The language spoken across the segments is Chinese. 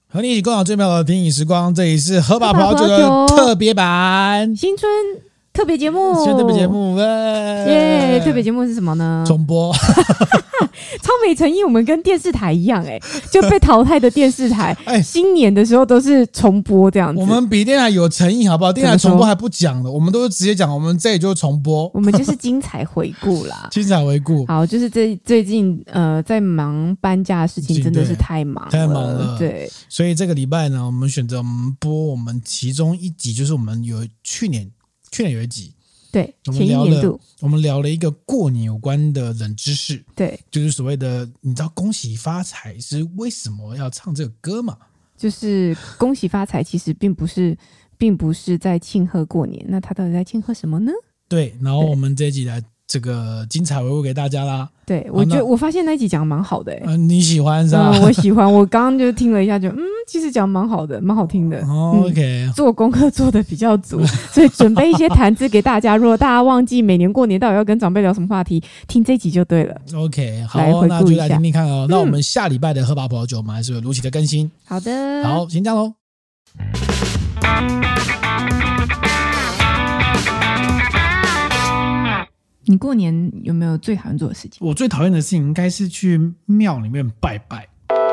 和你一起共享最美好的品饮时光，这里是喝吧葡萄酒的特别版新春特别节目， 新春特别节目， 耶！特别节目是什么呢？ 重播。 超没诚意，我们跟电视台一样，就被淘汰的电视台，新年的时候都是重播这样子。 我们比电台有诚意，好不好？电台重播还不讲了，我们都是直接讲，我们这里就重播， 我们就是精彩回顾啦， 精彩回顾。 好，就是最近在忙搬家的事情，真的是太忙了，对。 所以这个礼拜呢，我们选择播我们其中一集，就是我们有去年有一集。 对，前一年度我们聊了一个过年有关的冷知识， 对， 就是所谓的你知道恭喜发财是为什么要唱这个歌吗？ 就是恭喜发财其实并不是在庆贺过年，那他到底在庆贺什么呢？ 对，然后我们这一集来这个精彩回顾给大家啦。 对，我发现那一集讲蛮好的你喜欢是吧？ 我喜欢，我刚刚就听了一下就其实讲蛮好的，蛮好听的。 OK， 做功课做的比较足，所以准备一些谈资给大家。如果大家忘记每年过年到底要跟长辈聊什么话题，听这集就对了。 OK， 好，那就来听听看哦。那我们下礼拜的喝吧葡萄酒，我们还是有如期的更新。 好的， 好，先这样咯。 你过年有没有最讨厌做的事情？ 我最讨厌的事情应该是去庙里面拜拜。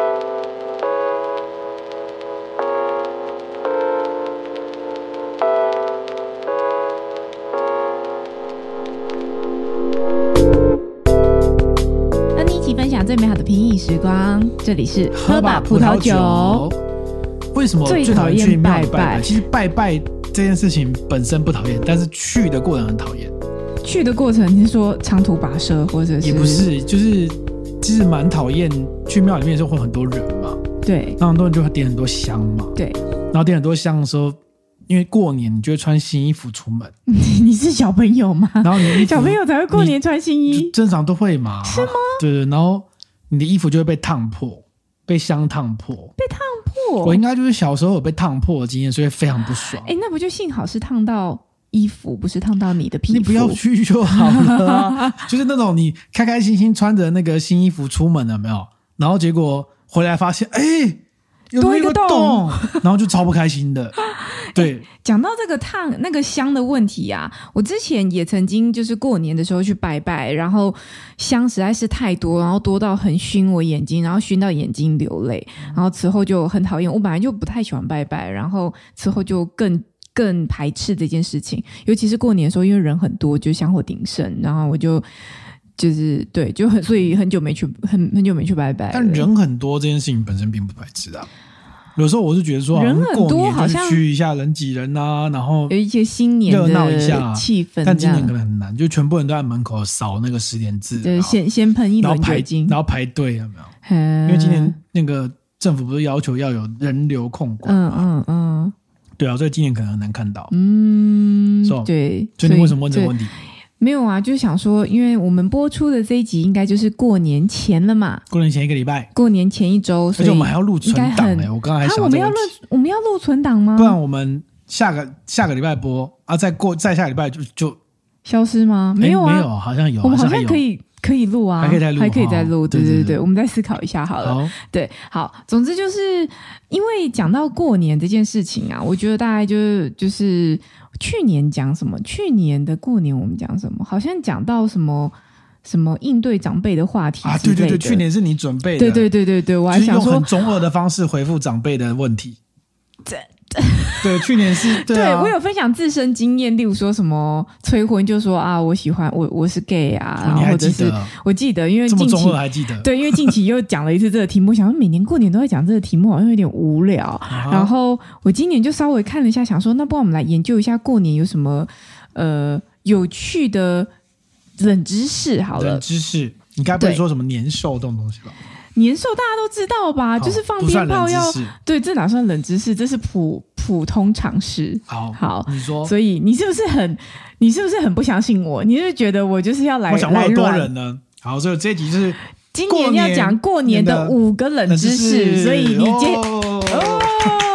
和你一起分享最美好的品饮时光，这里是喝吧葡萄酒。 为什么最讨厌去庙里拜拜？其实拜拜这件事情本身不讨厌，但是去的过程很讨厌。去的过程你是说长途跋涉，或者是？ 也不是，就是其实蛮讨厌去庙里面的时候会很多人嘛， 对， 然后很多人就会点很多香嘛， 对， 然后点很多香的时候，因为过年你就会穿新衣服出门。 你是小朋友吗？ 然后你小朋友才会过年穿新衣， 正常都会嘛？ 是吗？ 对，然后你的衣服就会被烫破，被香烫破， 被烫破。 我应该就是小时候有被烫破的经验，所以非常不爽。 那不就幸好是烫到衣服，不是烫到你的皮肤。 你不要去就好了啊。就是那种你开开心心穿着那个新衣服出门了没有，然后结果回来发现有多一个洞，然后就超不开心的。对， 讲到这个烫那个香的问题啊，我之前也曾经就是过年的时候去拜拜，然后香实在是太多，然后多到很熏我眼睛，然后熏到眼睛流泪，然后此后就很讨厌。我本来就不太喜欢拜拜，然后此后就更排斥这件事情，尤其是过年的时候，因为人很多，就香火鼎盛，然后我就是对，所以很久没去拜拜了。 但人很多这件事情本身并不排斥啊。有时候我是觉得说， 人很多好像去一下人挤人啊，然后有一些新年热闹一下气氛。 但今年可能很难，就全部人都在门口扫那个10连字， 对，先喷一轮酒精， 然后排队，有没有？因为今年那个政府不是要求要有人流控管嘛？对啊，所以今年可能很难看到。 对。 所以你为什么问这个问题？ 没有啊，就是想说，因为我们播出的这一集应该就是过年前了嘛， 过年前1个礼拜， 过年前1周，所以而且我们还要录存档我刚刚还想我们要录存档吗？ 不然我们下个礼拜播啊，再下个礼拜就消失吗？没有啊， 没有，好像有， 我们好像可以录啊， 还可以再录， 对，我们再思考一下好了。对，好，总之就是因为讲到过年这件事情啊，我觉得大概就是去年讲什么，去年的过年我们讲什么，好像讲到什么应对长辈的话题之类的。 对，去年是你准备的， 对，我还想说用很中二的方式回复长辈的问题。对，去年是对我有分享自身经验，例如说什么催婚就说啊，我喜欢我是 gay 啊，然后或者是我记得，因为近期这么中二还记得， 对，因为近期又讲了一次这个题目，想说每年过年都在讲这个题目，好像有点无聊。然后我今年就稍微看了一下，想说那不然我们来研究一下过年有什么有趣的冷知识好了。 冷知识，你该不会说什么年兽这种东西吧？ 年兽大家都知道吧，就是放鞭炮要，对，这哪算冷知识，这是普通常识。好， 你说， 所以你是不是很不相信我？你是觉得我就是要来？ 我想问有多人呢？好，所以这一集就是今年要讲过年的5个冷知识，所以你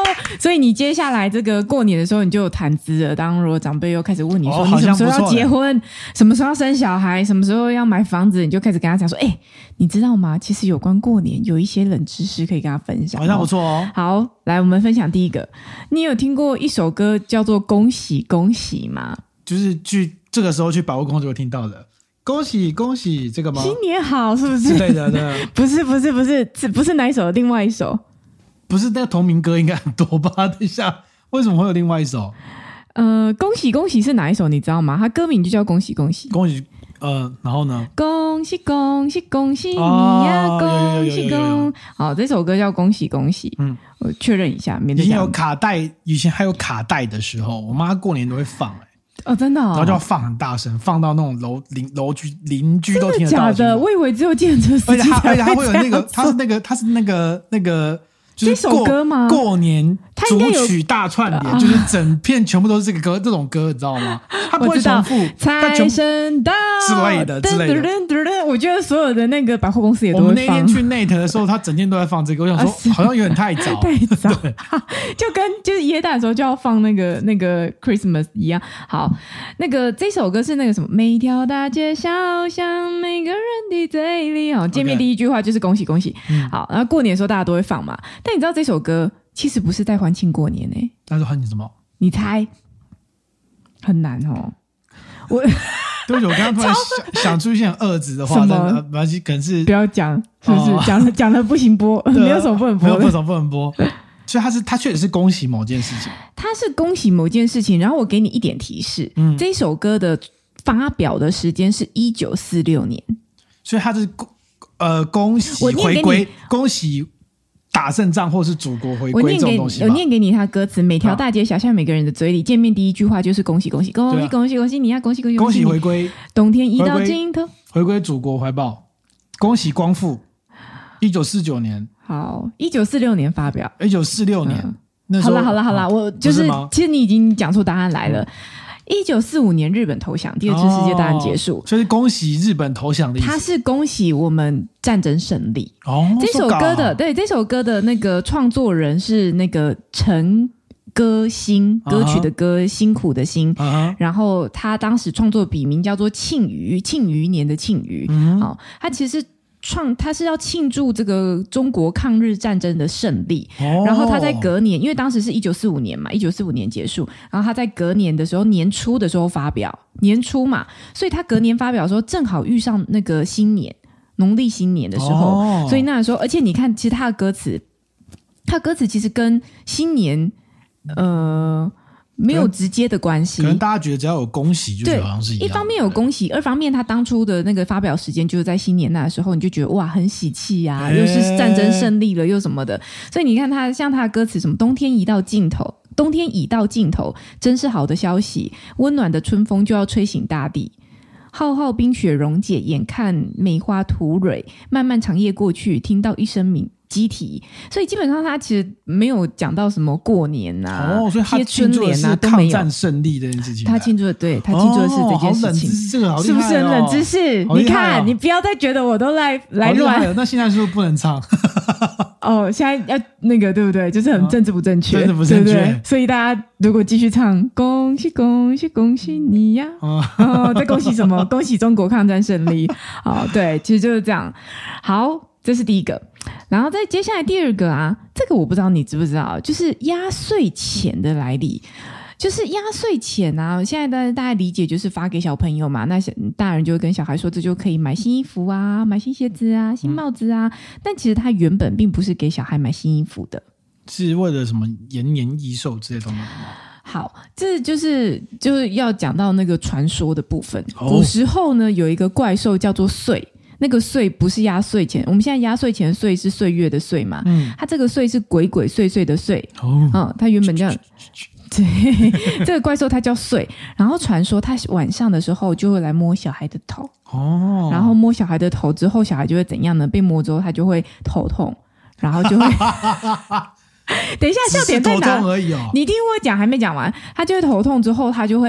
所以你接下来这个过年的时候你就有谈资了。当如果长辈又开始问你说、 你什么时候要结婚，什么时候要生小孩，什么时候要买房子，你就开始跟他讲说你知道吗，其实有关过年有一些冷知识可以跟他分享， 好像不错哦。 好，来我们分享第一个，你有听过一首歌叫做恭喜恭喜吗？ 就是去这个时候去百货公司会听到的恭喜恭喜这个吗？ 新年好是不是？ 之类的，对。 不是哪一首，另外一首。 不是那个同名歌应该很多吧？等一下，为什么会有另外一首？ 恭喜恭喜是哪一首？你知道吗？它歌名就叫恭喜恭喜。 恭喜然后呢？ 恭喜恭喜恭喜你呀！恭喜恭喜！好，这首歌叫恭喜恭喜。我确认一下，免得以前有卡带，以前还有卡带的时候，我妈过年都会放真的然后就要放很大声，放到那种邻居都听得到。 真的假的？我以为只有计程车司机才会这样。 而且它会有那个，它是那个。就是这首歌吗？ 过年主曲大串联，就是整片全部都是这个歌，这种歌你知道吗？它不会重复， 财神到之类的。 我觉得所有的那个百货公司也都会放。 我们那天去 Net 的时候，他整天都在放这个，我想说好像有点太早， 太早，就是耶诞的时候就要放那个 Christmas 一样。好，这首歌是那个什么，每条大街小巷，每个人的嘴里见面第一句话就是恭喜恭喜。好，然后过年的时候大家都会放嘛。但你知道这首歌其实不是在欢庆过年那是欢庆什么？ 你猜？很难哦。 对不起，我刚刚突然想出现二字的话，但没关系，可能是不要讲，是不是？讲了不行播，没有什么不能播的， 没有什么不能播。所以他确实是恭喜某件事情， 他是恭喜某件事情。然后我给你一点提示，这首歌的发表的时间是1946年， 所以他是恭喜回归，恭喜打胜仗或是祖国回归这种东西。 我念给你他歌词，每条大街小巷，每个人的嘴里，见面第一句话就是恭喜恭喜恭喜恭喜恭喜你呀，恭喜恭喜恭喜回归， 冬天已到尽头， 回归祖国怀抱，恭喜光复。1949年， 好，1946年发表 ，1946年。 好了，我就是其实你已经讲出答案来了。1945年日本投降，第二次世界大战结束， 所以恭喜日本投降的意思。 它是恭喜我们战争胜利。这首歌的那个创作人是那个陈歌辛，歌曲的歌，辛苦的辛。然后他当时创作笔名叫做庆余，庆余年的庆余。他其实他是要庆祝这个中国抗日战争的胜利，然后他在隔年，因为当时是1945年嘛，1945年结束，然后他在隔年的时候，年初的时候发表，年初嘛，所以他隔年发表的时候正好遇上那个新年，农历新年的时候，所以那时候，而且你看，其实他的歌词其实跟新年没有直接的关系， 可能大家觉得只要有恭喜就好像是一样。 一方面有恭喜，二方面他当初的那个发表时间就是在新年那时候，你就觉得哇很喜气啊，又是战争胜利了又什么的，所以你看他像他的歌词什么冬天已到尽头，真是好的消息，温暖的春风就要吹醒大地，浩浩冰雪溶解，眼看梅花吐蕊，漫漫长夜过去，听到一声鸣机体，所以基本上他其实没有讲到什么过年啊， 所以他春联啊都没有。抗战胜利这件事情， 他庆祝的是这件事情， 这个好厉害是不是很冷知识？你看，你不要再觉得我都来乱。 那现在是不是不能唱？ 现在要那个对不对？就是很政治不正确， 政治不正确。 对，所以大家如果继续唱恭喜恭喜恭喜你呀，再恭喜什么？恭喜中国抗战胜利。对，其实就是这样。好。这是第一个，然后再接下来第二个啊，这个我不知道你知不知道，就是压岁钱的来历。就是压岁钱啊，现在大家理解就是发给小朋友嘛，那大人就会跟小孩说，这就可以买新衣服啊，买新鞋子啊，新帽子啊。但其实它原本并不是给小孩买新衣服的， 是为了什么延年益寿之类的东西吗？ 好，这就是要讲到那个传说的部分。古时候呢，有一个怪兽叫做岁。那个岁不是压岁钱，我们现在压岁钱的岁是岁月的岁嘛，它这个岁是鬼鬼祟祟的岁，它原本叫对，这个怪兽它叫岁，然后传说它晚上的时候就会来摸小孩的头，然后摸小孩的头之后，小孩就会怎样呢？被摸之后他就会头痛，然后就会等一下笑点在哪？ 头痛而已哦， 你听我讲还没讲完，他就会头痛之后他就会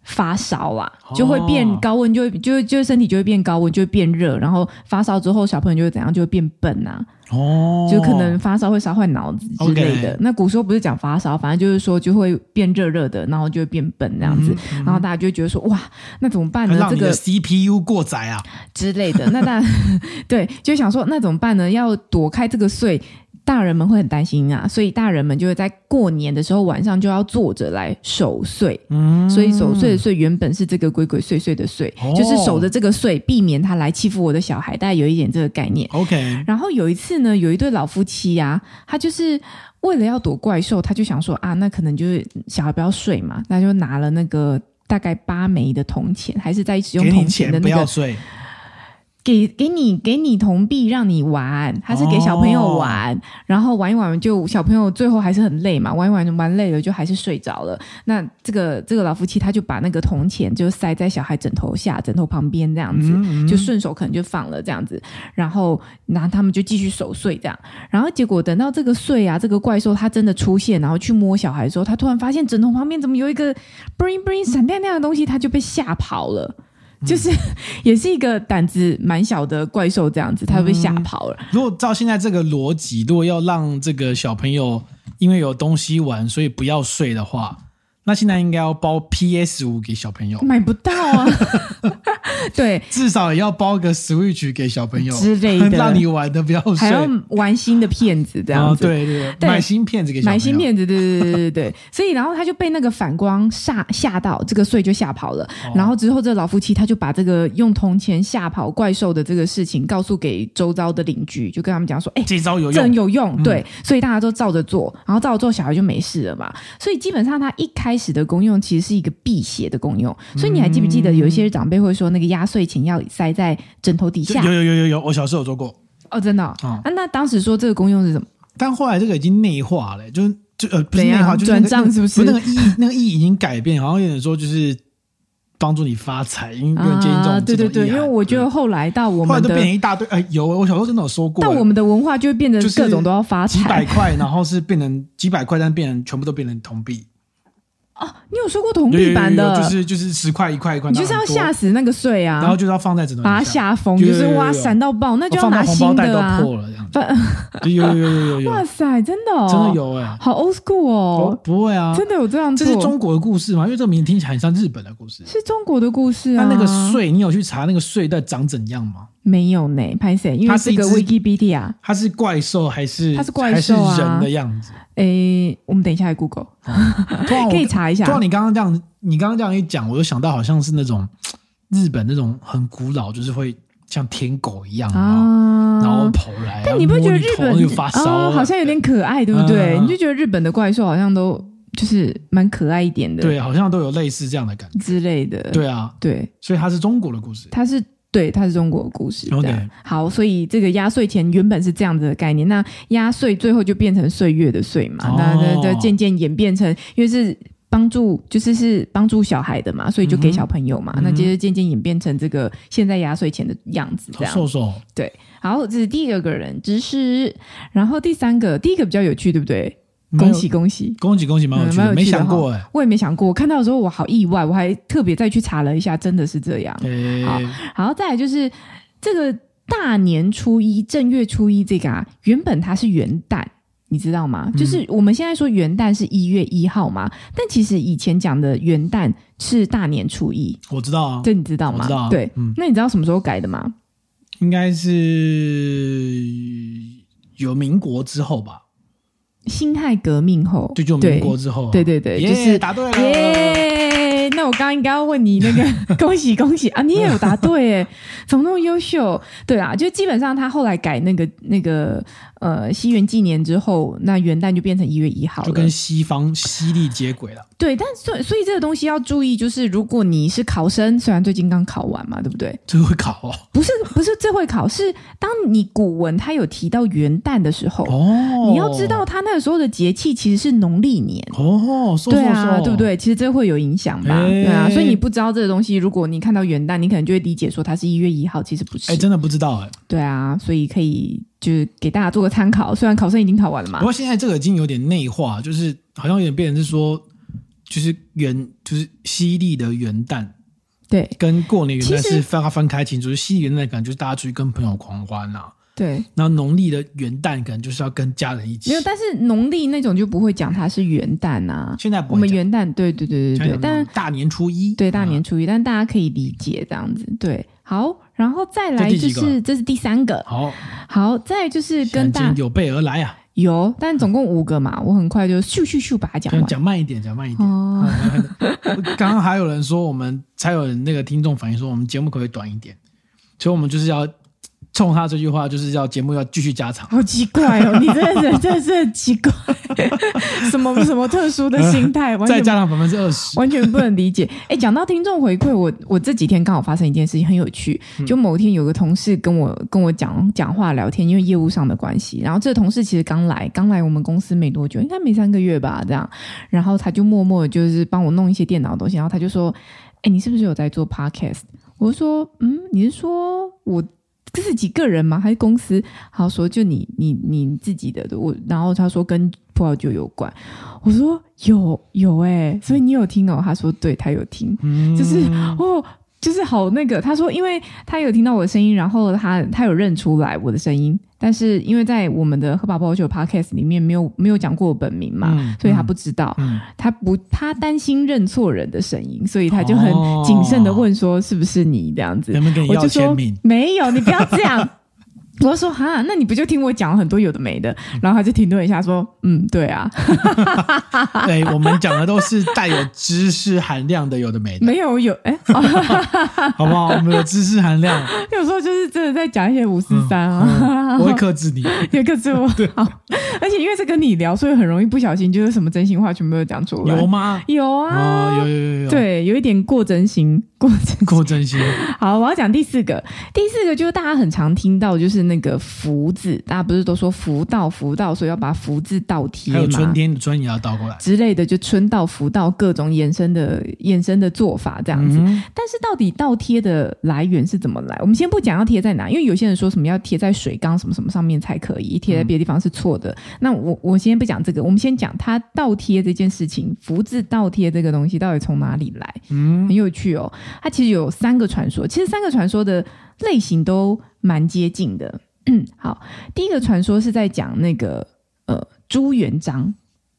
发烧啊，就会变高温，就身体就会变高温，就会变热，然后发烧之后小朋友就会怎样，就会变笨啊。就可能发烧会烧坏脑子之类的。那古时候不是讲发烧，反正就是说就会变热热的，然后就会变笨这样子。然后大家就会觉得说哇，那怎么办呢？ 让你的 CPU 过载啊之类的。那当然对，就想说那怎么办呢？要躲开这个岁。大人们会很担心啊，所以大人们就会在过年的时候晚上就要坐着来守岁。所以守岁的岁原本是这个鬼鬼祟祟的岁，就是守着这个岁，避免他来欺负我的小孩，大概有一点这个概念。 OK。 然后有一次呢，有一对老夫妻啊，他就是为了要躲怪兽，他就想说啊，那可能就是小孩不要睡嘛，那就拿了那个大概8枚的铜钱，还是在使用铜钱的那个。 给你钱不要睡。 给你铜币让你玩，他是给小朋友玩，然后玩一玩就小朋友最后还是很累嘛，玩一玩累了就还是睡着了。那这个老夫妻他就把那个铜钱就塞在小孩枕头下、枕头旁边这样子，就顺手可能就放了这样子，然后他们就继续守岁这样。然后结果等到这个岁啊，这个怪兽他真的出现，然后去摸小孩的时候，他突然发现枕头旁边怎么有一个 bling bling 闪亮亮的东西，他就被吓跑了。就是也是一个胆子蛮小的怪兽这样子，他被吓跑了。 如果照现在这个逻辑，如果要让这个小朋友因为有东西玩所以不要睡的话，那现在应该要包 PS5 给小朋友。 买不到啊对， 至少也要包个 Switch 给小朋友之类的， 让你玩的不要睡，还要玩新的片子这样子。 对对对，买新片子给小朋友， 买新片子，对所以然后他就被那个反光吓到，这个岁就吓跑了。然后之后这老夫妻他就把这个用铜钱吓跑怪兽的这个事情告诉给周遭的邻居，就跟他们讲说这招有用， 这很有用。对，所以大家都照着做，然后照着做小孩就没事了嘛。所以基本上他一开始的功用其实是一个辟邪的功用。所以你还记不记得有一些长辈会说那个压岁钱要塞在枕头底下？ 有，我小时候有做过。 真的那当时说这个功用是什么？ 但后来这个已经内化了，就不是内化，就是转账是不是？ 那个意义已经改变，好像有点说就是帮助你发财，因为有人接近这种对，因为我觉得后来到我们的后来都变成一大堆。有我小时候真的有说过， 到我们的文化就会变成各种都要发财， 几百块，然后是变成几百块，但变成全部都变成铜币。 你有说过铜币版的？ 就是10块1块1块， 你就是要吓死那个岁啊， 然后就是要放在枕头底下， 把它吓疯，就是哇闪到爆，那就要拿新的啊， 放到红包袋都破了这样子。有， 哇塞，真的真的有好 old school 哦。 不会啊， 真的有这样做？ 这是中国的故事吗？因为这个名字听起来很像日本的故事。 是中国的故事啊。 那个岁，你有去查那个岁在长怎样吗？ 没有呢，拍谁？因为这个 Wikipedia， 它是怪兽还是它是怪兽啊？ 还是人的样子？ 我们等一下来 Google，可以查一下。 突然你刚刚这样一讲，我就想到好像是那种日本那种很古老，就是会像舔狗一样然后跑来。 但你不觉得日本就发烧好像有点可爱，对不对？你就觉得日本的怪兽好像都就是蛮可爱一点的， 对，好像都有类似这样的感觉之类的。 对啊， 对， 所以它是中国的故事， 它是中国的故事。 Okay. 好，所以这个压岁钱原本是这样子的概念，那压岁最后就变成岁月的岁嘛，那渐渐演变成，因为是帮助小孩的嘛，所以就给小朋友嘛，那接着渐渐演变成这个现在压岁钱的样子，这样。 瘦对。好，这是第2个人知识，然后第一个比较有趣，对不对？恭喜蛮有趣的， 没想过我也没想过，我看到的时候我好意外，我还特别再去查了一下，真的是这样。好，再来就是这个大年初一正月初一这个原本它是元旦，你知道吗？就是我们现在说元旦是1月1号嘛，但其实以前讲的元旦是大年初一。 我知道啊， 这你知道吗？ 我知道啊， 对，那你知道什么时候改的吗？ 应该是有民国之后吧。 辛亥革命后， 就民国之后， 对，就是答对了。 那我刚刚应该要问你那个恭喜啊，你也有答对耶，怎么那么优秀？对啊，就基本上他后来改那个西元纪年之后，那元旦就变成1月1号了， 就跟西方西历接轨了。 对，但所以这个东西要注意，就是如果你是考生，虽然最近刚考完嘛，对不对？ 这会考哦？ 不是这会考，是当你古文它有提到元旦的时候，你要知道它那个时候的节气其实是农历年对啊，对不对？其实这会有影响吧？对啊，所以你不知道这个东西，如果你看到元旦，你可能就会理解说它是1月1号，其实不是。 真的不知道对啊，所以可以就是给大家做个参考。虽然考生已经考完了嘛， 不过现在这个已经有点内化，就是好像有点变成是说， 就是西历的元旦， 对， 跟过年元旦是分开清楚。西历元旦可能就是大家出去跟朋友狂欢啊， 对。 然后农历的元旦可能就是要跟家人一起。 没有，但是农历那种就不会讲它是元旦啊。 现在不会我们元旦，对，但大年初一， 对，大年初一，但大家可以理解这样子。对，好，然后再来就是这是第3个，好，再来就是跟大有备而来啊。 有，但总共5个嘛，我很快就咻把它讲完。 讲慢一点。哦，刚刚还有人说才有人那个听众反映说我们节目可不可以短一点，所以我们就是要冲他这句话，就是要节目要继续加长。 好奇怪哦，你真的是很奇怪，什么特殊的心态， 再加上20%， 完全不能理解。讲到听众回馈，我这几天刚好发生一件事情很有趣，就某一天有个同事跟我讲话聊天，因为业务上的关系，然后这个同事其实刚来我们公司没多久，应该没3个月吧，这样，然后他就默默的就是帮我弄一些电脑的东西，然后他就说，你是不是有在做 podcast？ 我就说，你是说我自己个人吗？还是公司？好，说就你自己的然后他说跟葡萄酒有关，我说有所以你有听哦？他说对，他有听，就是好那个，他说因为他有听到我的声音，然后他有认出来我的声音，但是因为在我们的喝吧葡萄酒 podcast 里面没有讲过我本名嘛，所以他不知道，他担心认错人的声音，所以他就很谨慎的问说是不是你这样子， 有没有跟你要签名？ 我就说没有，你不要这样。我说哈，那你不就听我讲了很多有的没的？然后他就停顿一下说，对啊。 对，我们讲的都是带有知识含量的有的没的。 没有好不好？我们有知识含量。 有时候就是真的在讲一些543啊。 我会克制你。 也克制我。好，而且因为是跟你聊，所以很容易不小心就是什么真心话全部都讲出来。 有吗？ 有啊。 有。 对，有一点过真心。好，我要讲第4个。第4个就是大家很常听到，就是那个福字，大家不是都说福到，所以要把福字倒贴嘛？ 还有春天的春也要倒过来之类的，就春到福到各种衍生的做法这样子。但是到底倒贴的来源是怎么来？我们先不讲要贴在哪，因为有些人说什么要贴在水缸什么什么上面才可以，贴在别的地方是错的。那我先不讲这个，我们先讲它倒贴这件事情，福字倒贴这个东西到底从哪里来？很有趣哦。它其实有3个传说，其实3个传说的类型都蛮接近的。好，第一个传说是在讲那个朱元璋。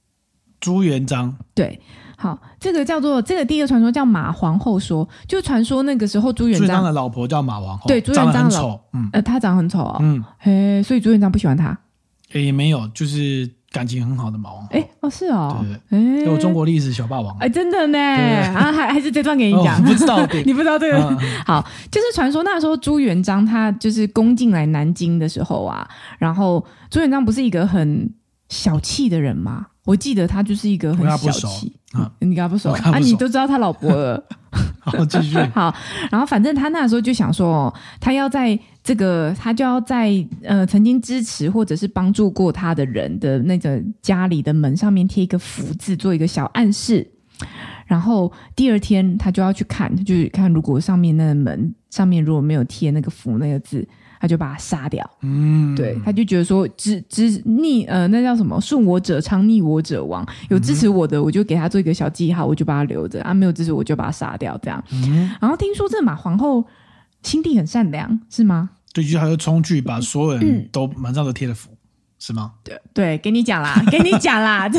对，好，这个第一个传说叫马皇后说，就传说那个时候朱元璋的老婆叫马皇后， 对，朱元璋长得很丑， 他长得很丑哦，所以朱元璋不喜欢他， 也没有，就是感情很好的马皇后， 是哦， 对，有中国历史小霸王， 真的呢，还是这段给你讲， 不知道， 你不知道这个，好，就是传说那时候朱元璋他就是攻进来南京的时候啊，然后朱元璋不是一个很小气的人吗？我记得他就是一个很小气，你跟他不熟啊？你都知道他老婆了。 好，继续。 好，然后反正他那时候就想说，他就要在曾经支持或者是帮助过他的人的那个家里的门上面贴一个福字，做一个小暗示。然后第2天他就要去看，就是看如果上面那个门上面如果没有贴那个福那个字，他就把他杀掉。对，他就觉得说那叫什么顺我者昌，逆我者亡，有支持我的我就给他做一个小记号，我就把他留着没有支持我就把他杀掉这样。然后听说这马皇后心地很善良是吗？ 对，就他就冲去把所有人都门上都贴了符，是吗？ 对，给你讲啦，给你讲，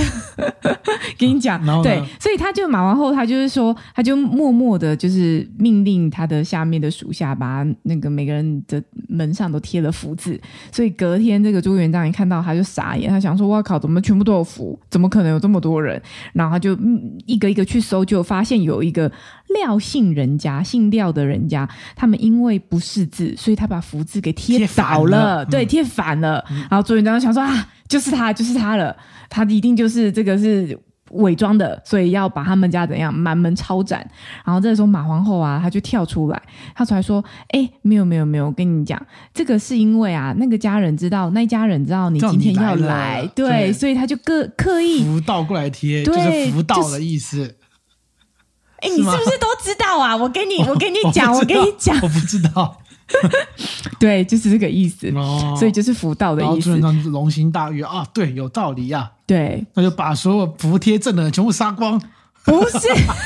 对，所以马皇后，他就是说，他就默默的，就是命令他的下面的属下，把那个每个人的门上都贴了福字。所以隔天，这个朱元璋一看到，他就傻眼，他想说：“哇靠，怎么全部都有符？怎么可能有这么多人？”然后他就一个一个去搜，就发现有一个姓廖的人家，他们因为不识字，所以他把福字给贴倒了，对，贴反了。然后朱元璋想说就是他了，他一定就是这个是伪装的，所以要把他们家怎样满门抄斩。然后这个时候马皇后他就跳出来说没有，我跟你讲，这个是因为那个家人知道你今天要来，对，所以他就刻意符倒过来贴，就是符倒的意思。 你是不是都知道啊？我跟你讲，我不知道。 对，就是这个意思，所以就是符道的意思。然后朱元璋就是龙心大悦对，有道理对，那就把所有服贴正的人全部杀光。 不是。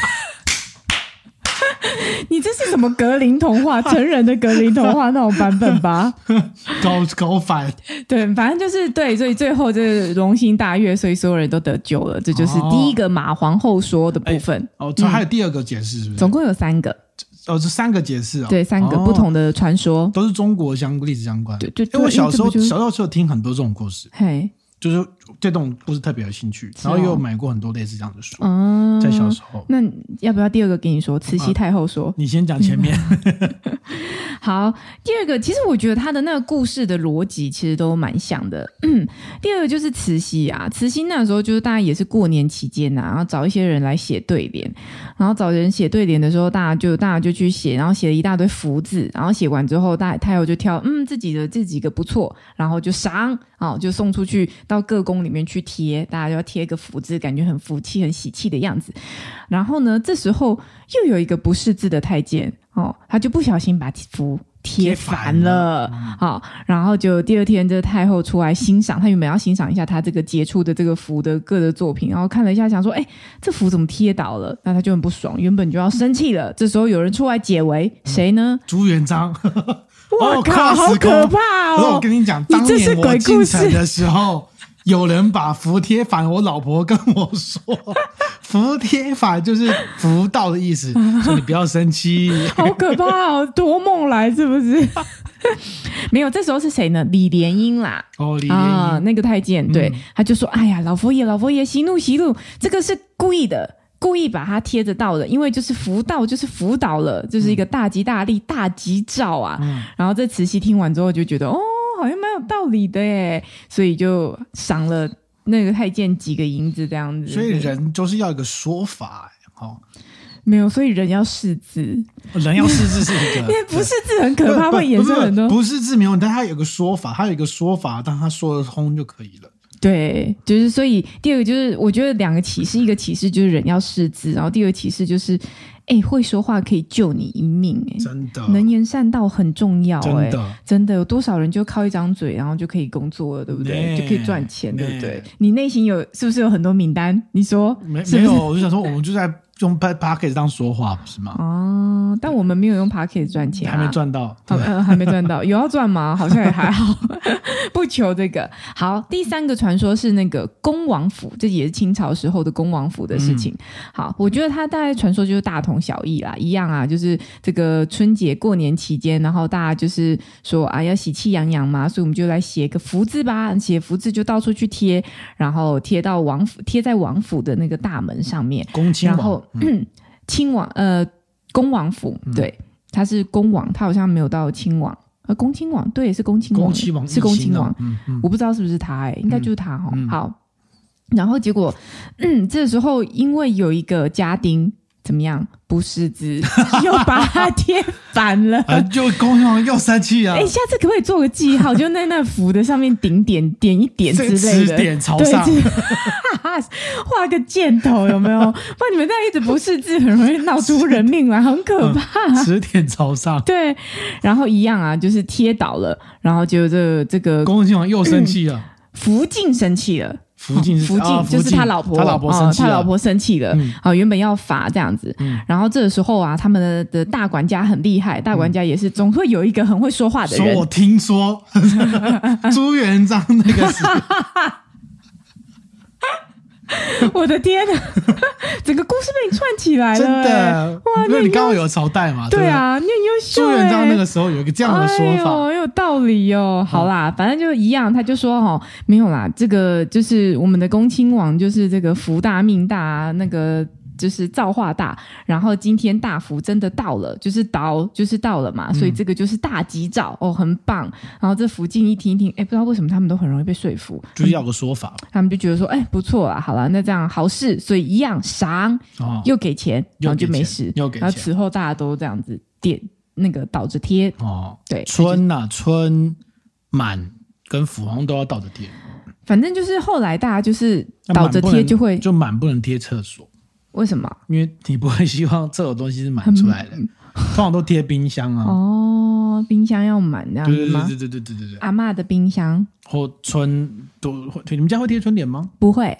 你这是什么格林童话？成人的格林童话那种版本吧？ 高反。 对，反正就是对，所以最后这个龙心大悦，所以所有人都得救了。这就是第一个马皇后说的部分。 还有第二个解释是不是？ 总共有3个。 这3个解释对，3个不同的传说， 都是中国历史相关。 对， 因为我小时候有听很多这种故事。 嘿。 就是对这种故事特别有兴趣，然后又有买过很多类似这样的书，在小时候。 那要不要第二个给你说？慈禧太后说， 你先讲前面。 好，第二个其实我觉得他的那个故事的逻辑其实都蛮像的。第二个就是慈禧啊，慈禧那时候就是大家也是过年期间啊，然后找一些人来写对联，然后找人写对联的时候，大家就去写，然后写了一大堆福字，然后写完之后，太后就挑自己的这几个不错，然后就赏，就送出去到各宫里面去贴，大家就要贴个福字，感觉很福气很喜气的样子。然后呢，这时候又有一个不识字的太监他就不小心把符贴反了。然后就第二天这太后出来欣赏，他原本要欣赏一下他这个杰出的这个符的各的作品，然后看了一下想说这符怎么贴倒了，那他就很不爽，原本就要生气了。这时候有人出来解围，谁呢？ 朱元璋。 哇靠，好可怕哦！ 我跟你讲，当年我进城的时候，有人把符贴反，我老婆跟我说，符贴反就是福到的意思，所以你不要生气。 好可怕哦，夺梦来是不是？没有，这时候是谁呢？李莲英啦。 李莲英， 那个太监，对，他就说：“哎呀，老佛爷，息怒，这个是故意的。”故意把它贴着倒的，因为就是福到，就是福倒了，就是一个大吉大利、大吉兆啊。然后这慈禧听完之后就觉得好像蛮有道理的耶，所以就赏了那个太监几个银子这样子。 所以人就是要一个说法。 没有，所以人要识字， 人要识字是一个， 因为不识字很可怕，会衍生很多。 不识字没有，但他有个说法，当他说得通就可以了。 对，就是所以第二个就是我觉得2个启示，一个启示就是人要识字，然后第二个启示就是会说话可以救你一命。 真的， 能言善道很重要。真的有多少人就靠一张嘴然后就可以工作了，对不对？就可以赚钱，对不对？你内心是不是有很多名单？你说没有？我就想说我们就在用 Podcast 当说话，不是吗？ 但我们没有用 Podcast 赚钱， 还没赚到。 还没赚到。有要赚吗？好像也还好。不求这个。好，第3个传说是那个恭王府，这也是清朝时候的恭王府的事情。好，我觉得它大概传说就是大同小异啦，一样啊，就是这个春节过年期间，然后大家就是说要喜气洋洋嘛，所以我们就来写个福字吧，写福字就到处去贴，然后贴到王府，贴在王府的那个大门上面。然后亲王恭王府，对，他是恭王，他好像没有到亲王。恭亲王，对，是恭亲王，是恭亲王。我不知道是不是他应该就是他好，然后结果这时候因为有一个家丁怎么样不识字，又把它贴反了。 就恭亲王又生气啊！ 下次可不可以做个记号，就在那符的上面点一点之类的， 指点朝上， 画个箭头有没有？不然你们这样一直不识字，很容易闹出人命来，很可怕。 指点朝上， 对，然后一样啊，就是贴倒了，然后就这个恭亲王又生气了， 福晋生气了。 福晋就是他老婆，他老婆生气了，原本要罚这样子，然后这个时候啊，他们的大管家很厉害，大管家也是总会有一个很会说话的人。 说我听说朱元璋那个是。 我的天哪，整个故事被你串起来了， 真的哇！因为你刚好有朝代嘛， 对啊，你很优秀。 朱元璋那个时候有一个这样的说法， 很有道理哦。好啦，反正就一样，他就说没有啦，这个就是我们的恭亲王，就是这个福大命大，那个就是造化大，然后今天大福真的到了，就是到了嘛，所以这个就是大吉兆很棒。然后这福晋一听一听，不知道为什么他们都很容易被说服， 就是要个说法， 他们就觉得说不错啦，好啦，那这样好事，所以一样赏，又给钱，然后就没事，然后此后大家都这样子点那个倒着贴对， 春满跟福红都要倒着贴， 反正就是后来大家就是倒着贴就会， 就满不能贴厕所。 为什么？ 因为你不会希望这种东西是满出来的，通常都贴冰箱啊。 冰箱要满这样子吗？ 对。 阿嬷的冰箱或春都会，你们家会贴春联吗？ 不会。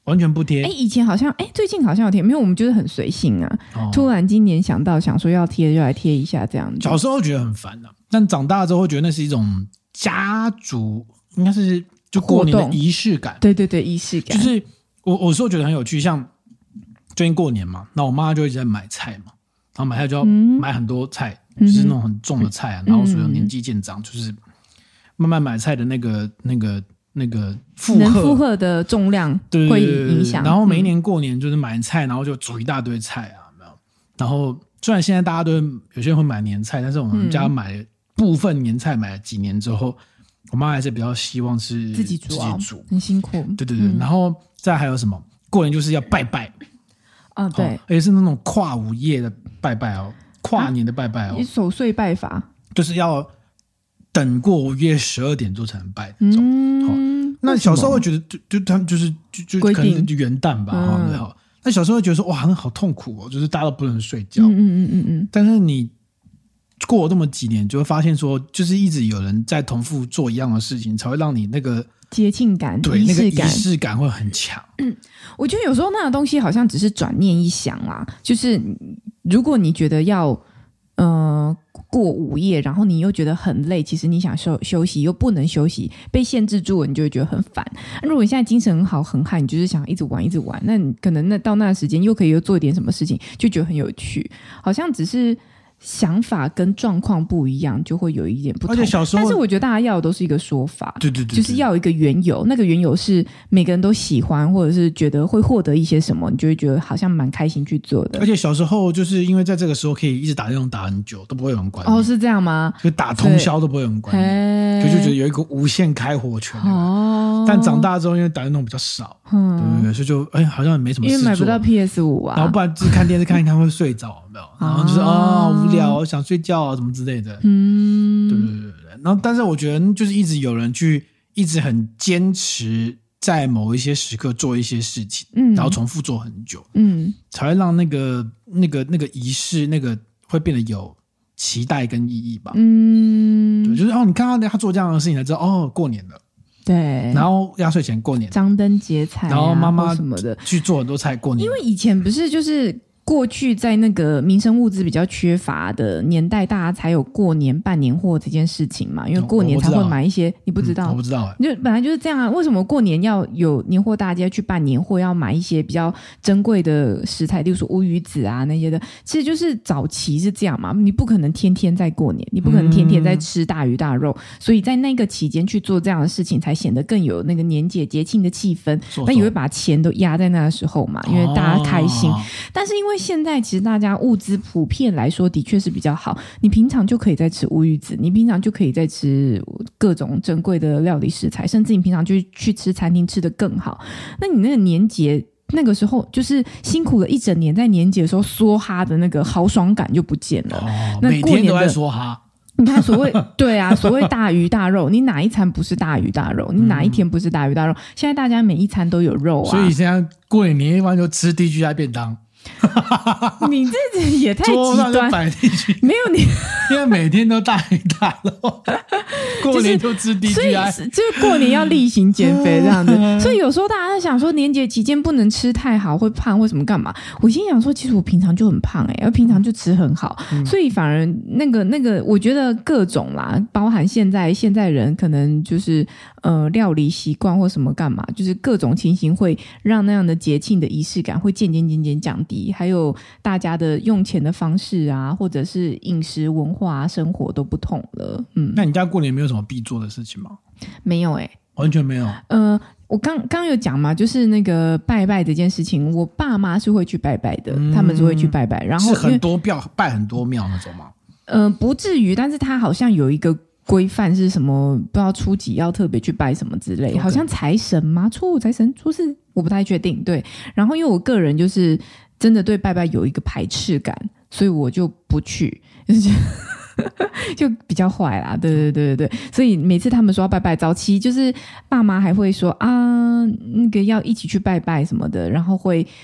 完全不贴。 以前好像最近好像有贴，没有，我们就是很随性啊。突然今年想到想说要贴就来贴一下这样子。 小时候觉得很烦啊，但长大之后会觉得那是一种家族，应该是就过年的仪式感。 对对对，仪式感。 就是我是觉得很有趣，像最近过年嘛，那我妈就一直在买菜嘛，然后买菜就要买很多菜，就是那种很重的菜啊，然后所以年纪渐长，就是慢慢买菜的那个能负荷的重量会影响。 然后每一年过年就是买菜，然后就煮一大堆菜啊，有没有？然后虽然现在大家都有些人会买年菜，但是我们家买部分年菜买了几年之后，我妈还是比较希望是自己煮，很辛苦。 对对对，然后再还有什么？过年就是要拜拜。 对， 而且是那种跨午夜的拜拜哦，跨年的拜拜哦， 守岁拜法， 就是要等过午夜12点之后才能拜那种。那小时候会觉得就他们就可能是元旦吧，那小时候会觉得说哇，那好痛苦哦，就是大家都不能睡觉。但是你过了这么几年，就会发现说，就是一直有人在重复做一样的事情，才会让你那个节庆感、 对那个仪式感会很强。 我觉得有时候那个东西好像只是转念一想啦，就是如果你觉得要过午夜，然后你又觉得很累，其实你想休息又不能休息，被限制住了，你就会觉得很烦。如果你现在精神很好很嗨，你就是想一直玩一直玩，那你可能到那个时间又可以又做一点什么事情，就觉得很有趣，好像只是想法跟状况不一样，就会有一点不同。 而且小时候， 但是我觉得大家要的都是一个说法， 对， 就是要有一个缘由，那个缘由是每个人都喜欢，或者是觉得会获得一些什么，你就会觉得好像蛮开心去做的。 而且小时候就是因为在这个时候可以一直打电动打很久，都不会有人管你。 是这样吗？ 就打通宵都不会有人管你，就觉得有一个无限开火权。但长大之后，因为打电动比较少，对，所以就好像也没什么事做， 因为买不到 PS5 啊， 然后不然就是看电视看一看会睡着，有没有？然后就是无聊，想睡觉啊，什么之类的。对。然后，但是我觉得就是一直有人一直很坚持在某一些时刻做一些事情，然后重复做很久，才会让那个仪式那个会变得有期待跟意义吧。对，就是你看到他做这样的事情，才知道过年了。 对， 然后压岁钱过年， 张灯结彩， 然后妈妈什么的去做很多菜过年。 因为以前不是就是过去在那个民生物资比较缺乏的年代，大家才有过年办年货这件事情嘛。因为过年才会买一些，你不知道？ 我不知道就本来就是这样啊。为什么过年要有年货大街去办年货，要买一些比较珍贵的食材，例如说乌鱼子啊那些的？其实就是早期是这样嘛。你不可能天天在过年，你不可能天天在吃大鱼大肉，所以在那个期间去做这样的事情，才显得更有那个年节庆的气氛。那也会把钱都压在那个时候嘛，因为大家开心。但是因为现在其实大家物资普遍来说的确是比较好，你平常就可以在吃乌鱼子，你平常就可以在吃各种珍贵的料理食材，甚至你平常就去吃餐厅吃得更好。那你那个年节那个时候就是辛苦了一整年，在年节的时候梭哈的那个豪爽感就不见了。那每天都在梭哈。 你看所谓对啊，所谓大鱼大肉，你哪一餐不是大鱼大肉？你哪一天不是大鱼大肉？现在大家每一餐都有肉啊， 所以现在过年年夜饭就吃DGI 便当。 你这也太极端，没有你， 因为每天都大鱼大肉，过年就吃 DGI， 所以就是过年要例行减肥这样子。所以有时候大家在想说年节期间不能吃太好，会胖或什么干嘛？我心想说，其实我平常就很胖而平常就吃很好，所以反而那个，我觉得各种啦，包含现在人可能就是料理习惯或什么干嘛，就是各种情形会让那样的节庆的仪式感会渐渐降低，还有大家的用钱的方式啊，或者是饮食文化生活都不同了。 那你家过年没有什么必做的事情吗？ 没有完全没有。 我刚有讲嘛，就是那个拜拜这件事情，我爸妈是会去拜拜的，他们是会去拜拜，然后是很多拜很多庙那种吗？ 不至于，但是他好像有一个规范是什么，不知道初几要特别去拜什么之类，好像财神吗？初五财神，初四我不太确定。对，然后因为我个人就是真的对拜拜有一个排斥感，所以我就不去，就比较坏啦。对，所以每次他们说要拜拜，早期就是爸妈还会说啊，那个要一起去拜拜什么的，然后会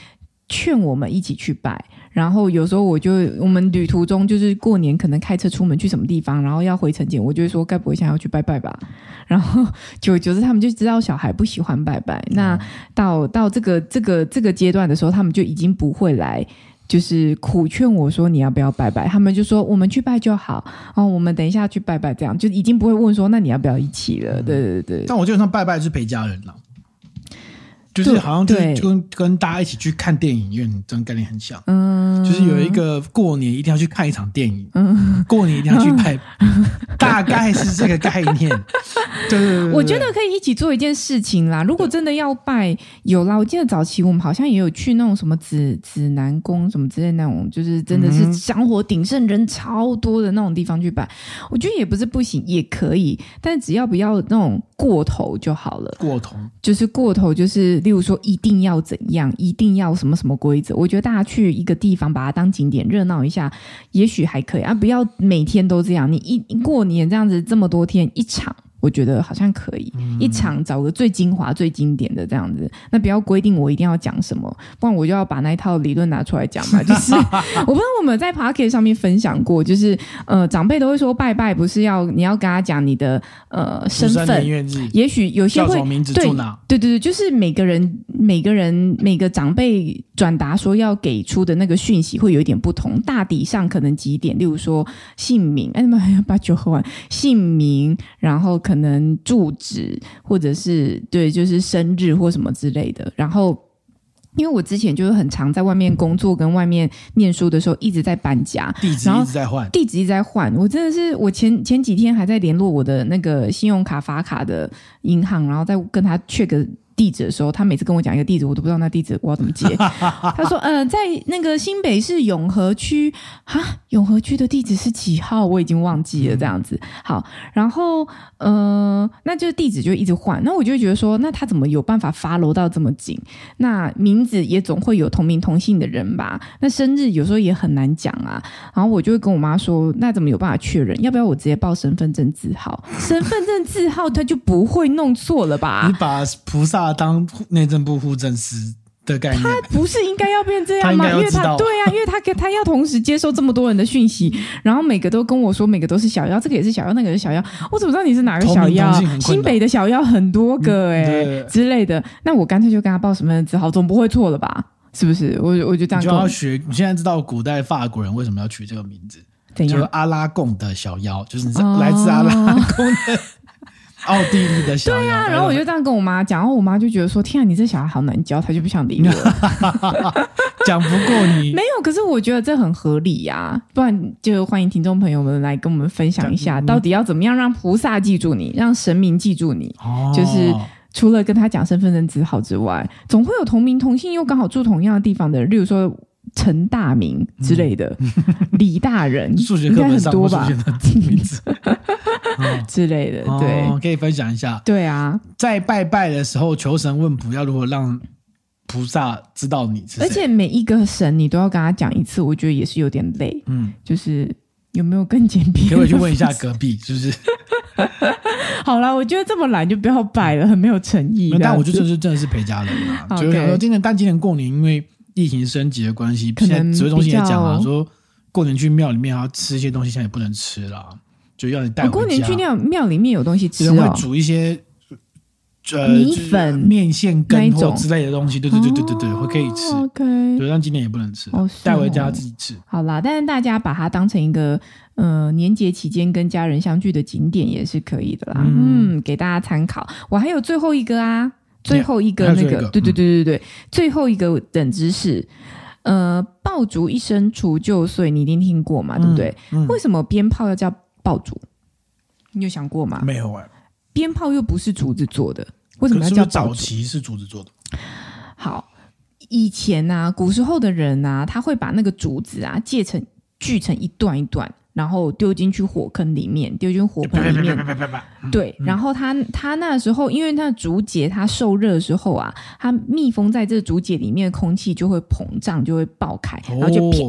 劝我们一起去拜。然后有时候我们旅途中就是过年可能开车出门去什么地方，然后要回程前，我就会说该不会想要去拜拜吧？然后久而久之他们就知道小孩不喜欢拜拜。那到这个阶段的时候，他们就已经不会来就是苦劝我说你要不要拜拜，他们就说我们去拜就好我们等一下去拜拜，这样就已经不会问说那你要不要一起了。对对对。 但我基本上拜拜是陪家人啦，就是好像就是跟大家一起去看电影院这种概念很像。就是有一个过年一定要去看一场电影，过年一定要去拜，大概是这个概念。对， 我觉得可以一起做一件事情啦。如果真的要拜，有啦，我记得早期我们好像也有去那种什么指南宫什么之类那种，就是真的是香火鼎盛人超多的那种地方去拜。我觉得也不是不行，也可以，但只要不要那种过头就好了。过头就是例如说一定要怎样，一定要什么什么规则。我觉得大家去一个地方把它当景点热闹一下也许还可以不要每天都这样。你一过年这样子这么多天一场，我觉得好像可以一场找个最精华最经典的这样子。那不要规定我一定要讲什么，不然我就要把那一套理论拿出来讲嘛。就是我不知道我们在 Podcast 上面分享过，就是长辈都会说拜拜不是你要跟他讲你的身份，也许有些会叫什么名字住哪， 对，就是每个长辈转达说要给出的那个讯息会有一点不同，大抵上可能几点，例如说姓名，把酒喝完，姓名，然后可能住址，或者是对，就是生日或什么之类的。然后因为我之前就是很常在外面工作跟外面念书的时候一直在搬家， 地址一直在换， 我真的是我前几天还在联络我的那个信用卡发卡的银行，然后再跟他确个地址的时候，他每次跟我讲一个地址，我都不知道那地址我要怎么接。他说在那个新北市永和区永和区的地址是几号我已经忘记了这样子。好，然后那就地址就一直换，那我就会觉得说那他怎么有办法 follow 到这么紧，那名字也总会有同名同姓的人吧，那生日有时候也很难讲啊。然后我就会跟我妈说那怎么有办法确认，要不要我直接报身份证字号，身份证字号他就不会弄错了吧。 你把菩萨当内政部户政司的概念， 他不是应该要变这样吗？因为他对啊，因为他要同时接收这么多人的讯息，然后每个都跟我说每个都是小妖，这个也是小妖，那个也是小妖，我怎么知道你是哪个小妖？新北的小妖很多个之类的，那我干脆就跟他报身份证字号，总不会错了吧？是不是？我就这样你就要学。你现在知道古代法国人为什么要取这个名字？就是阿拉贡的小妖，就是来自阿拉贡的。奥地利的小妖。对啊，然后我就这样跟我妈讲，然后我妈就觉得说天啊你这小孩好难教，她就不想理我。 讲不过你。 没有，可是我觉得这很合理呀，不然就欢迎听众朋友们来跟我们分享一下到底要怎么样让菩萨记住你，让神明记住你。就是除了跟他讲身份证字号之外，总会有同名同姓又刚好住同样的地方的人，例如说陈大明之类的，李大人数学课本上会出现的名字之类的。对， 可以分享一下。 对啊， 在拜拜的时候求神问卜要如何让菩萨知道你是谁， 而且每一个神你都要跟他讲一次，我觉得也是有点累。就是有没有更简便？ 可不可以去问一下隔壁是不是？ 好啦，我觉得这么懒就不要拜了，很没有诚意。 但我觉得这真的是陪家人啊。就是想说今年过年因为疫情升级的关系，现在指挥中心也讲了，说过年去庙里面要吃一些东西，现在也不能吃了，就要你带回家。 过年去庙里面有东西吃会煮一些米粉、 面线羹或之类的东西，对，会可以吃。对，但今年也不能吃，带回家自己吃。 好啦，但是大家把它当成一个年节期间跟家人相聚的景点也是可以的啦。给大家参考。我还有最后一个啊。最后一个那个，对，最后一个冷知识，爆竹一声除旧岁，你一定听过嘛，对不对？为什么鞭炮要叫爆竹？你有想过吗？ 没有鞭炮又不是竹子做的，为什么要叫爆竹？ 早期是竹子做的。 好，以前啊，古时候的人啊，他会把那个竹子啊锯成一段一段。然后丢进去火坑里面，对，然后他那时候因为那竹节它受热的时候啊，它密封在这竹节里面的空气就会膨胀，就会爆开，然后就啪啪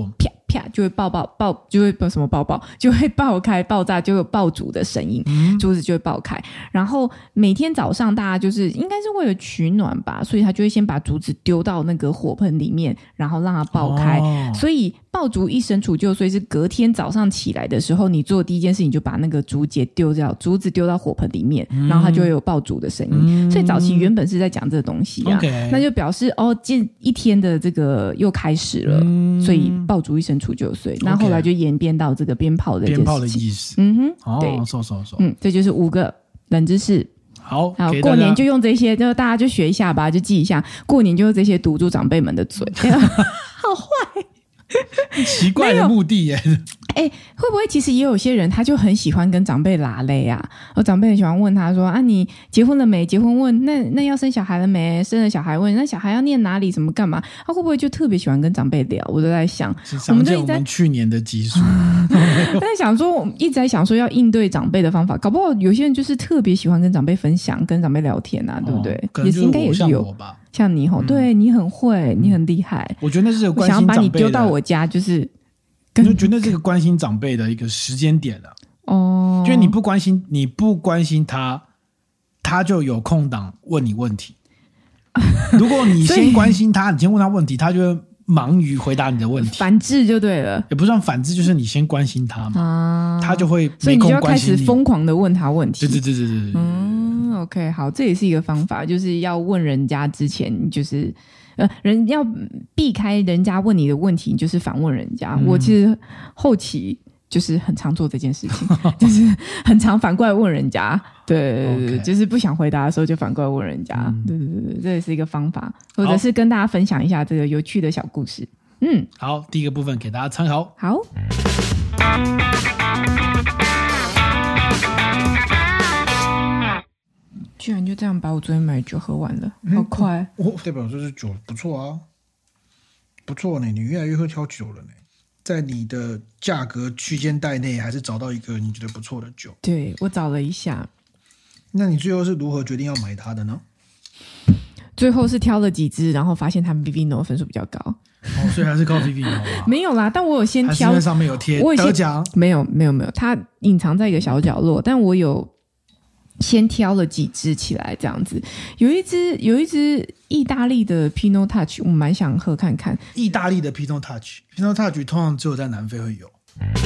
啪就会爆就会什么爆就会爆开爆炸，就有爆竹的声音，竹子就会爆开。然后每天早上大家就是应该是为了取暖吧，所以他就会先把竹子丢到那个火盆里面，然后让它爆开。所以爆竹一声除旧岁是隔天早上起来的时候，你做的第一件事情就把那个竹节竹子丢到火盆里面，然后它就会有爆竹的声音。所以早期原本是在讲这个东西啊，那就表示这一天的这个又开始了，所以爆竹一声除旧岁。那后来就演变到这个鞭炮的鞭炮的意思。对， 这就是5个冷知识。 好， 过年就用这些，就大家就学一下吧，就记一下。过年就用这些堵住长辈们的嘴，好坏。 奇怪的目的耶。 会不会其实也有些人他就很喜欢跟长辈拉勒啊？长辈很喜欢问他说啊，你结婚了没？结婚问那要生小孩了没？生了小孩问那小孩要念哪里？什么干嘛？他会不会就特别喜欢跟长辈聊？我都在想， 我们去年的集数， 但是想说，我一直在想说要应对长辈的方法，搞不好有些人就是特别喜欢跟长辈分享、跟长辈聊天啊，对不对？应该也是有吧。像你对你很会，你很厉害。 我觉得那是有关心长辈的， 我想要把你丢到我家，就是我就觉得这个关心长辈的一个时间点了。就是你不关心他，他就有空档问你问题。如果你先关心他，你先问他问题，他就会忙于回答你的问题。 反制就对了， 也不算反制，就是你先关心他嘛，他就会没空关心你， 所以你就要开始疯狂的问他问题。 对。 OK， 好，这也是一个方法，就是要问人家之前，就是人要避开人家问你的问题，就是反问人家。我其实后期就是很常做这件事情，就是很常反过来问人家。对，就是不想回答的时候就反过来问人家。对，这也是一个方法，或者是跟大家分享一下这个有趣的小故事。 好，第一个部分给大家参考。 好。居然就这样把我昨天买的酒喝完了，好快！ 代表这是酒不错啊，不错呢，你越来越会挑酒了呢。在你的价格区间带内，还是找到一个你觉得不错的酒。 对，我找了一下。 那你最后是如何决定要买它的呢？ 最后是挑了几支，然后发现他们 Vivino 分数比较高。 所以还是靠 Vivino 没有啦，但我有先挑， 还是在上面有贴得奖？ 没有，它隐藏在一个小角落，但我有先挑了几支起来，这样子。有一支意大利的 Pinot Touch， 我蛮想喝看看。 意大利的 Pinot Touch 通常只有在南非会有。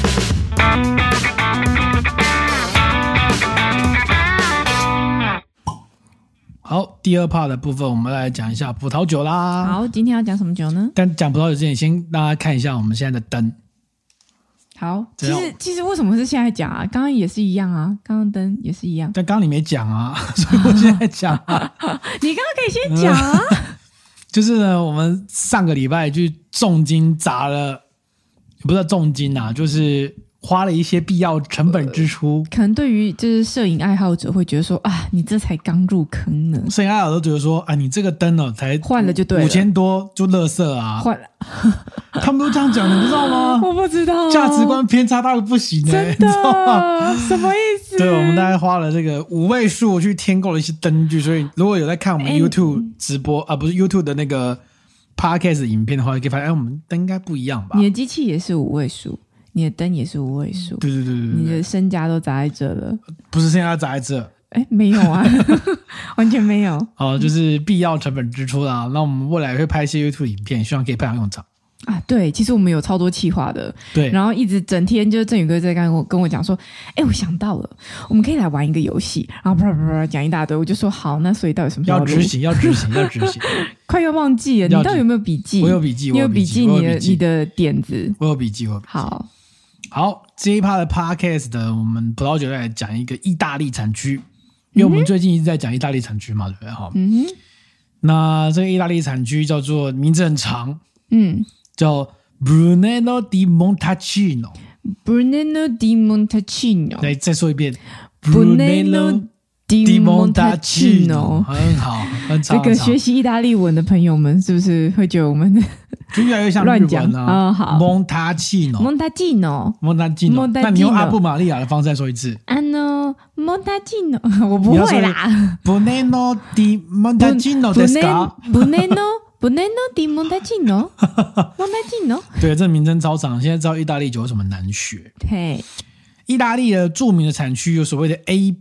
好，第二 part 的部分，我们来讲一下葡萄酒啦。 好，今天要讲什么酒呢？ 但讲葡萄酒之前，先让大家看一下我们现在的灯。 好，其实为什么是现在讲啊？刚刚也是一样啊，刚刚灯也是一样。 但刚刚你没讲啊，所以我现在讲啊。 你刚刚可以先讲啊。 就是呢，我们上个礼拜就重金砸了，也不是重金啊，就是花了一些必要成本支出。 可能对于就是摄影爱好者会觉得说啊，你这才刚入坑呢。 摄影爱好者都觉得说啊，你这个灯哦，才换了就对了 ，5000多就垃圾啊， 换了。 他们都这样讲，你不知道吗？ 我不知道， 价值观偏差到不行真的， 你知道吗？ 什么意思？ 对，我们大概花了这个5位数去添购了一些灯具，所以如果有在看我们 YouTube 直播不是 YouTube 的那个 Podcast 影片的话，可以发现，我们灯应该不一样吧？ 你的机器也是5位数，你的灯也是5位数， 对， 你的身家都砸在这了， 不是身家砸在这。 没有啊，完全没有。 就是必要成本支出啦。那我们未来会拍一些 YouTube 影片，希望可以派上用场啊。对，其实我们有超多企划的， 对。 然后一直整天就是振宇哥在跟我讲说，我想到了，我们可以来玩一个游戏，然后啪啪啪讲一大堆。我就说好，那所以到底什么时候要执行？ 快要忘记了，你到底有没有笔记？ 我有笔记， 你有笔记你的点子？ 我有笔记，好，这一趴的 Podcast 的我们葡萄酒来讲一个意大利产区。因为我们最近一直在讲意大利产区嘛，对不对？那这个意大利产区叫做名字很长，叫 Brunello di Montalcino。Brunello di Montalcino。 来，再说一遍 ，Brunello di Montalcino。 很好，很长。 这个学习意大利文的朋友们，是不是会觉得我们就越来越像日文啊？ 好 ，Montalcino。那你用阿布玛利亚的方式再说一次。 Montalcino， 我不会啦。 Brunello di Montalcino ですか？ Brunello Brunello di Montalcino 对，这名称超长，现在知道意大利酒有什么难学。 嘿， 意大利的著名的产区有所谓的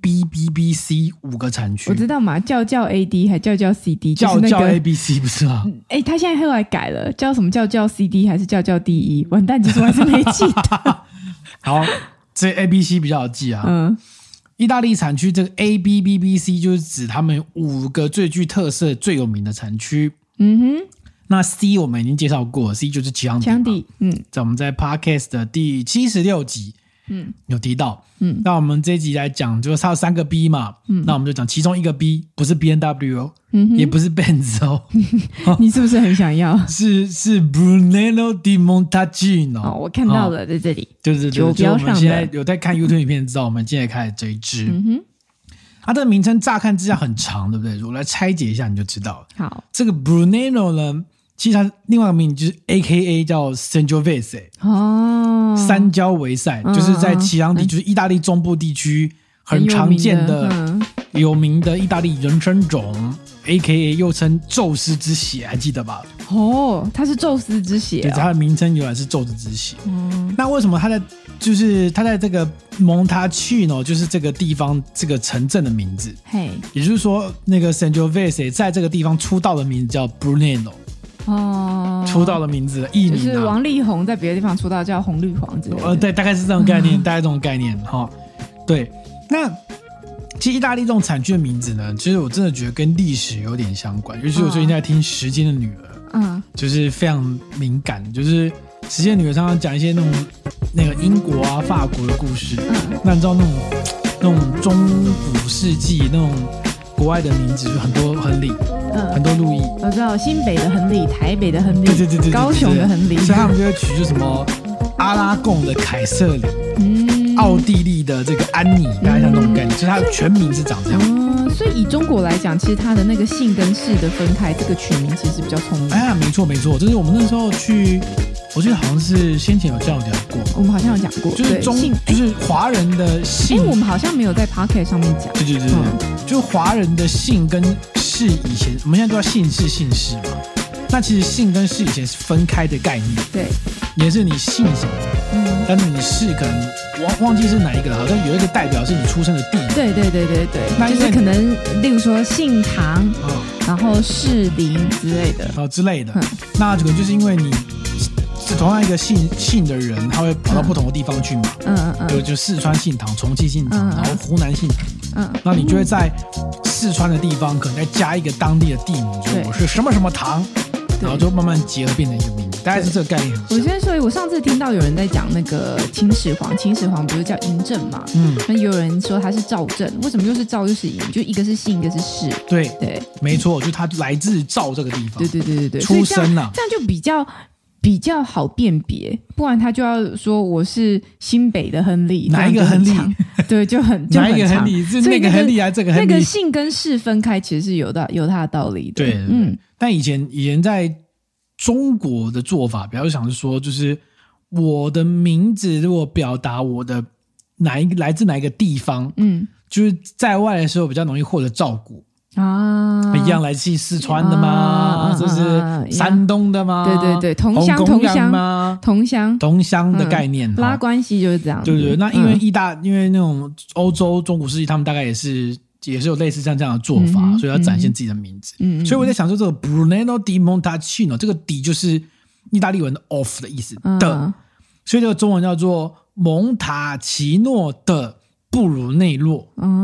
A、B、B、B、C 5个产区。 我知道嘛，叫 AD 还叫 CD， 叫、 就是那个 ABC 不是吗？ 他现在后来改了，叫什么叫 CD 还是叫 DE？ 完蛋，其实我还是没记得。 好，这 ABC 比较好记啊。意大利产区这个 A、B、B、B、C 就是指他们5个最具特色、最有名的产区。那 C 我们已经介绍过了 ，C 就是齐昂迪。在我们在 Podcast 的第76集，有提到。那我们这一集来讲，就是它有3个 B 嘛。那我们就讲其中一个 B， 不是 B&W 哦，也不是 Benz 哦。 你是不是很想要？ 是 Brunello di Montalcino。 我看到了，在这里。 对， 酒标上的。 我们现在有在看 YouTube 影片，知道我们今天开始这一支。它的名称乍看之下很长，对不对？我来拆解一下你就知道了。 好， 这个 Brunello 呢，其实它另外一个名字就是 AKA 叫 Sangiovese 三焦维塞，就是在齐昂迪，就是意大利中部地区很常见的有名的意大利人参种 AKA 又称宙斯之血，还记得吧？ 它是宙斯之血。 对，它的名称由来是宙斯之血。那为什么它在这个蒙塔奇诺就是这个地方这个城镇的名字？也就是说那个 Sangiovese 在这个地方出道的名字叫 Brunello。出道的名字艺名就是王力宏在别的地方出道叫红绿黄之类的。 对，大概是这种概念，大概这种概念对，那其实意大利这种产区的名字呢，其实我真的觉得跟历史有点相关。尤其我最近在听《时间的女儿》，就是非常敏感，就是《时间的女儿》常常讲一些那个英国啊、法国的故事。那你知道那种中古世纪那种国外的名字，就很多亨利。很多路易， 我知道新北的亨利、台北的亨利， 对， 高雄的亨利， 所以他们就会取就什么阿拉贡的凯瑟琳，奥地利的这个安妮，大概像这种概念，就是它的全名是长这样。 所以以中国来讲，其实它的那个姓跟氏的分开，这个取名其实比较聪明。 没错，就是我们那时候去，我记得好像是先前有这样聊过， 我们好像有讲过， 就是就是华人的姓， 我们好像没有在 Podcast 上面讲。 对，就华人的姓跟氏以前，我们现在都要姓氏嘛。那其实姓跟氏以前是分开的概念， 对， 也是你姓什么，但是你氏可能忘记是哪一个了，好像有一个代表是你出生的地。对， 那就是可能例如说姓唐，然后氏林之类的， 之类的。那可能就是因为你是同样一个姓的人，他会跑到不同的地方去嘛。就四川姓唐，重庆姓唐，然后湖南姓唐。那你就会在四川的地方可能再加一个当地的地名，就我是什么什么唐，然后就慢慢结合变成一个名字，大概是这个概念很像。 我先说，我上次听到有人在讲那个秦始皇不是叫嬴政嘛？那有人说他是赵政，为什么又是赵又是嬴？就一个是姓，一个是氏。对， 没错，就他来自赵这个地方。 对， 出生啊， 这样就比较好辨别，不然他就要说我是新北的亨利， 哪一个亨利？ 对，就很哪一个亨利？是那个亨利还是这个亨利？ 那个姓跟氏分开其实是有它的道理的。 对，但以前在中国的做法，比较想是说，就是我的名字如果表达我的来自哪一个地方，就是在外的时候比较容易获得照顾。一样来自四川的吗？这是山东的吗？ 对，同乡吗？同乡的概念， 拉关系就是这样。 对，那因为那种欧洲中古世纪，他们大概也是有类似像这样的做法，所以要展现自己的名字。所以我在想说，这个 Brunello di Montalcino 这个底就是意大利文的 of 的意思的，所以这个中文叫做蒙塔奇诺的布鲁内洛。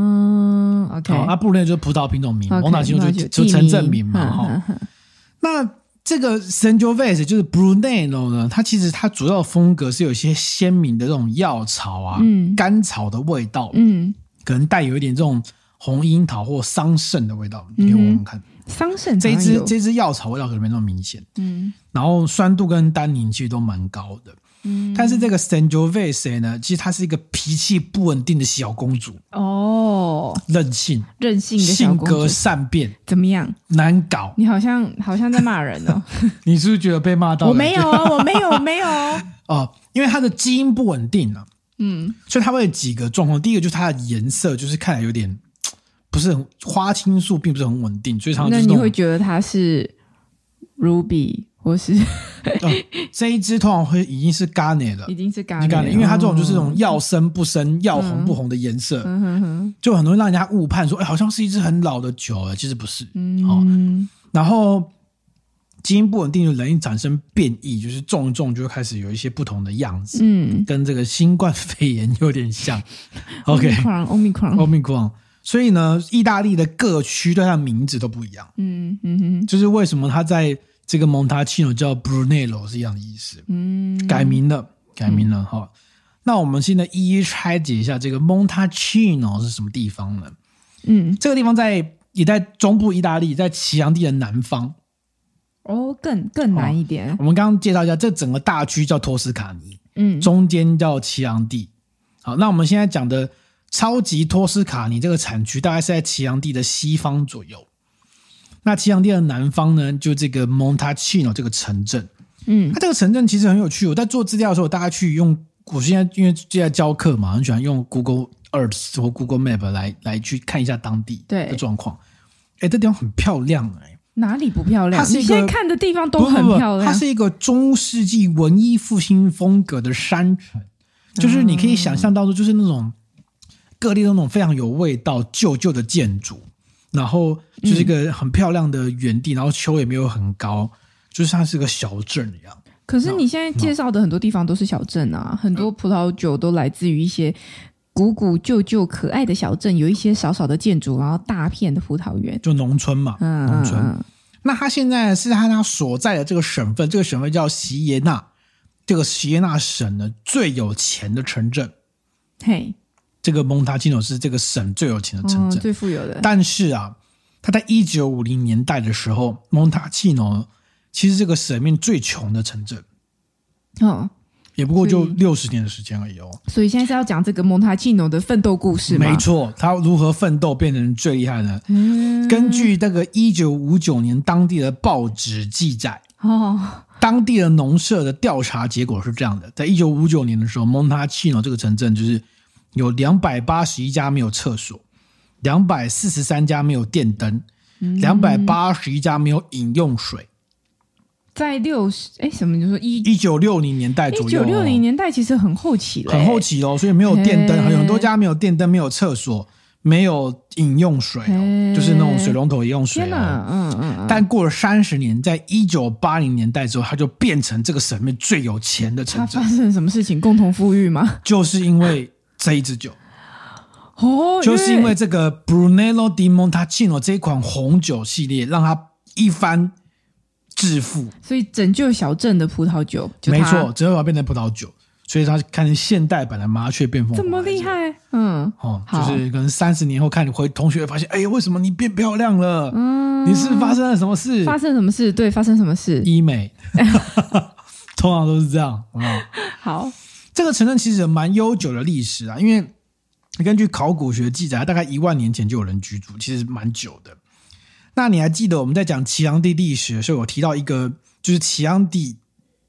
OK， 布鲁内洛就是葡萄品种名，蒙塔奇诺就城镇名嘛。那这个 Sangiovese 就是 Brunello 呢，它其实它主要的风格是有一些鲜明的这种药草啊、甘草的味道，可能带有一点这种红樱桃或桑葚的味道。你给我们看， 桑葚这支药草味道可能没那么明显，然后酸度跟单宁其实都蛮高的。但是这个 Sangiovese 呢，其实她是一个脾气不稳定的小公主任性的小公主， 性格善变， 怎么样？ 难搞。 你好像在骂人哦。 你是不是觉得被骂到？ 我没有啊，我没有因为她的基因不稳定啊，所以它会有几个状况。第一个就是它的颜色，就是看起来有点不是很花青素，并不是很稳定，所以常常就是那你会觉得它是 Ruby 或是这一支通常会已经是 Garnet 了， 已经是 Garnet， 因为它这种就是这种要深不深要红不红的颜色，就很容易让人家误判说好像是一支很老的酒，其实不是。然后基因不稳定的人一产生变异，就是种一种就会开始有一些不同的样子，跟这个新冠肺炎有点像。OK， Omicron， 所以呢，意大利的各区对它的名字都不一样。就是为什么它在这个蒙塔奇诺叫 Brunello 是一样的意思。改名了。那我们现在一一拆解一下这个蒙塔奇诺是什么地方呢？这个地方也在中部意大利，在奇昂地的南方。 更南一点。 我们刚刚介绍一下，这整个大区叫托斯卡尼，中间叫奇昂地。好，那我们现在讲的超级托斯卡尼这个产区大概是在奇昂地的西方左右。那奇昂地的南方呢，就这个蒙塔奇诺这个城镇。它这个城镇其实很有趣。我在做资料的时候，我大概去用，我现在因为现在教课嘛，很喜欢用 Google Earth 或 Google Map 来去看一下当地的状况。这地方很漂亮。 哪里不漂亮？你现在看的地方都很漂亮。 它是一个中世纪文艺复兴风格的山城，就是你可以想象到的，就是那种各地那种非常有味道旧旧的建筑，然后就是一个很漂亮的园地，然后丘也没有很高，就是像是个小镇一样。 可是你现在介绍的很多地方都是小镇啊，很多葡萄酒都来自于一些古古旧旧可爱的小镇，有一些少少的建筑，然后大片的葡萄园， 就农村嘛。农村。那他现在是他所在的这个省份，这个省份叫锡耶纳，这个锡耶纳省呢最有钱的城镇。这个蒙塔奇诺是这个省最有钱的城镇， 最富有的。 但是他在1950年代的时候，蒙塔奇诺其实这个省里面最穷的城镇。也不过就60年的时间而已。 所以现在是要讲这个蒙塔奇诺的奋斗故事吗？ 没错，他如何奋斗变成最厉害的。根据这个1959年当地的报纸记载，当地的农舍的调查结果是这样的：在1959年的时候，蒙塔奇诺这个城镇就是有281家没有厕所，243家没有电灯，281家没有饮用水。 在什么？你说 1960年代左右 ？1960年代其实很后期了， 很后期哦，所以没有电灯，有很多家没有电灯，没有厕所，没有饮用水就是那种水龙头饮用水。但过了30年，在1980年代之后，它就变成这个省面最有钱的城镇。 发生什么事情？共同富裕吗？ 就是因为这一支酒。就是因为这个 Brunello di Montalcino 这一款红酒系列，让它一番致富， 所以拯救小镇的葡萄酒， 没错，只会变成葡萄酒，所以它看成现代版的麻雀变凤凰， 这么厉害。 就是可能30年后看你回同学会发现，为什么你变漂亮了？你是不是发生了什么事？ 对，发生什么事？ 医美通常都是这样。 好， 这个城镇其实有蛮悠久的历史因为根据考古学记载，大概1万年前就有人居住，其实蛮久的。那你还记得我们在讲奇昂地历史的时候，有提到一个就是奇昂地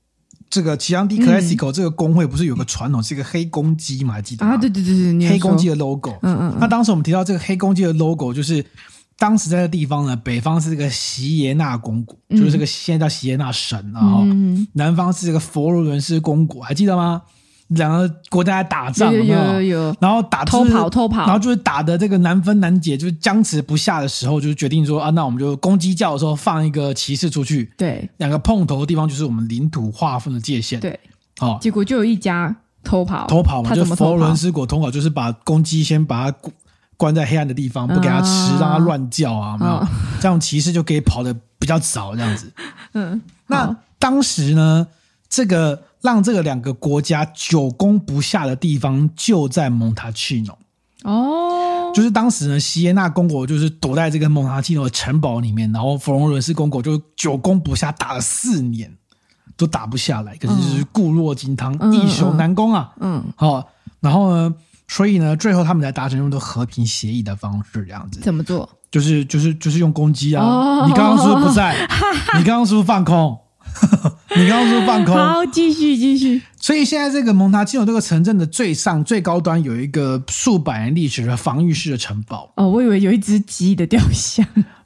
Classical 这个工会不是有个传统是一个黑公鸡吗？还记得吗？ 对， 黑公鸡的 logo。那当时我们提到这个黑公鸡的 logo， 就是当时在这个地方呢，北方是这个锡耶纳公国，就是这个现在叫锡耶纳省，然后南方是这个佛罗伦斯公国，还记得吗？两个国家在打仗， 有， 然后偷跑， 然后就是打的这个难分难解，就是僵持不下的时候，就是决定说那我们就公鸡叫的时候放一个骑士出去， 对， 两个碰头的地方就是我们领土划分的界限， 对，结果就有一家偷跑嘛，就佛罗伦斯国偷跑，就是把公鸡先把它关在黑暗的地方，不给它吃，让它乱叫没有，这样骑士就可以跑得比较早，这样子。那当时呢，让这个两个国家久攻不下的地方就在蒙塔奇诺。就是当时呢，锡耶纳公国就是躲在这个蒙塔奇诺的城堡里面，然后佛罗伦斯公国就久攻不下，打了4年都打不下来，可是就是固若金汤，易守难攻啊。然后呢，所以呢，最后他们才达成用的和平协议的方式，这样子。 怎么做？ 就是用公鸡啊！你刚刚是不是不在？你刚刚是不是放空？你刚刚说放空， 好，继续。 所以现在这个蒙塔奇诺这个城镇的最高端有一个数百年历史的防御式的城堡。 我以为有一只鸡的雕像。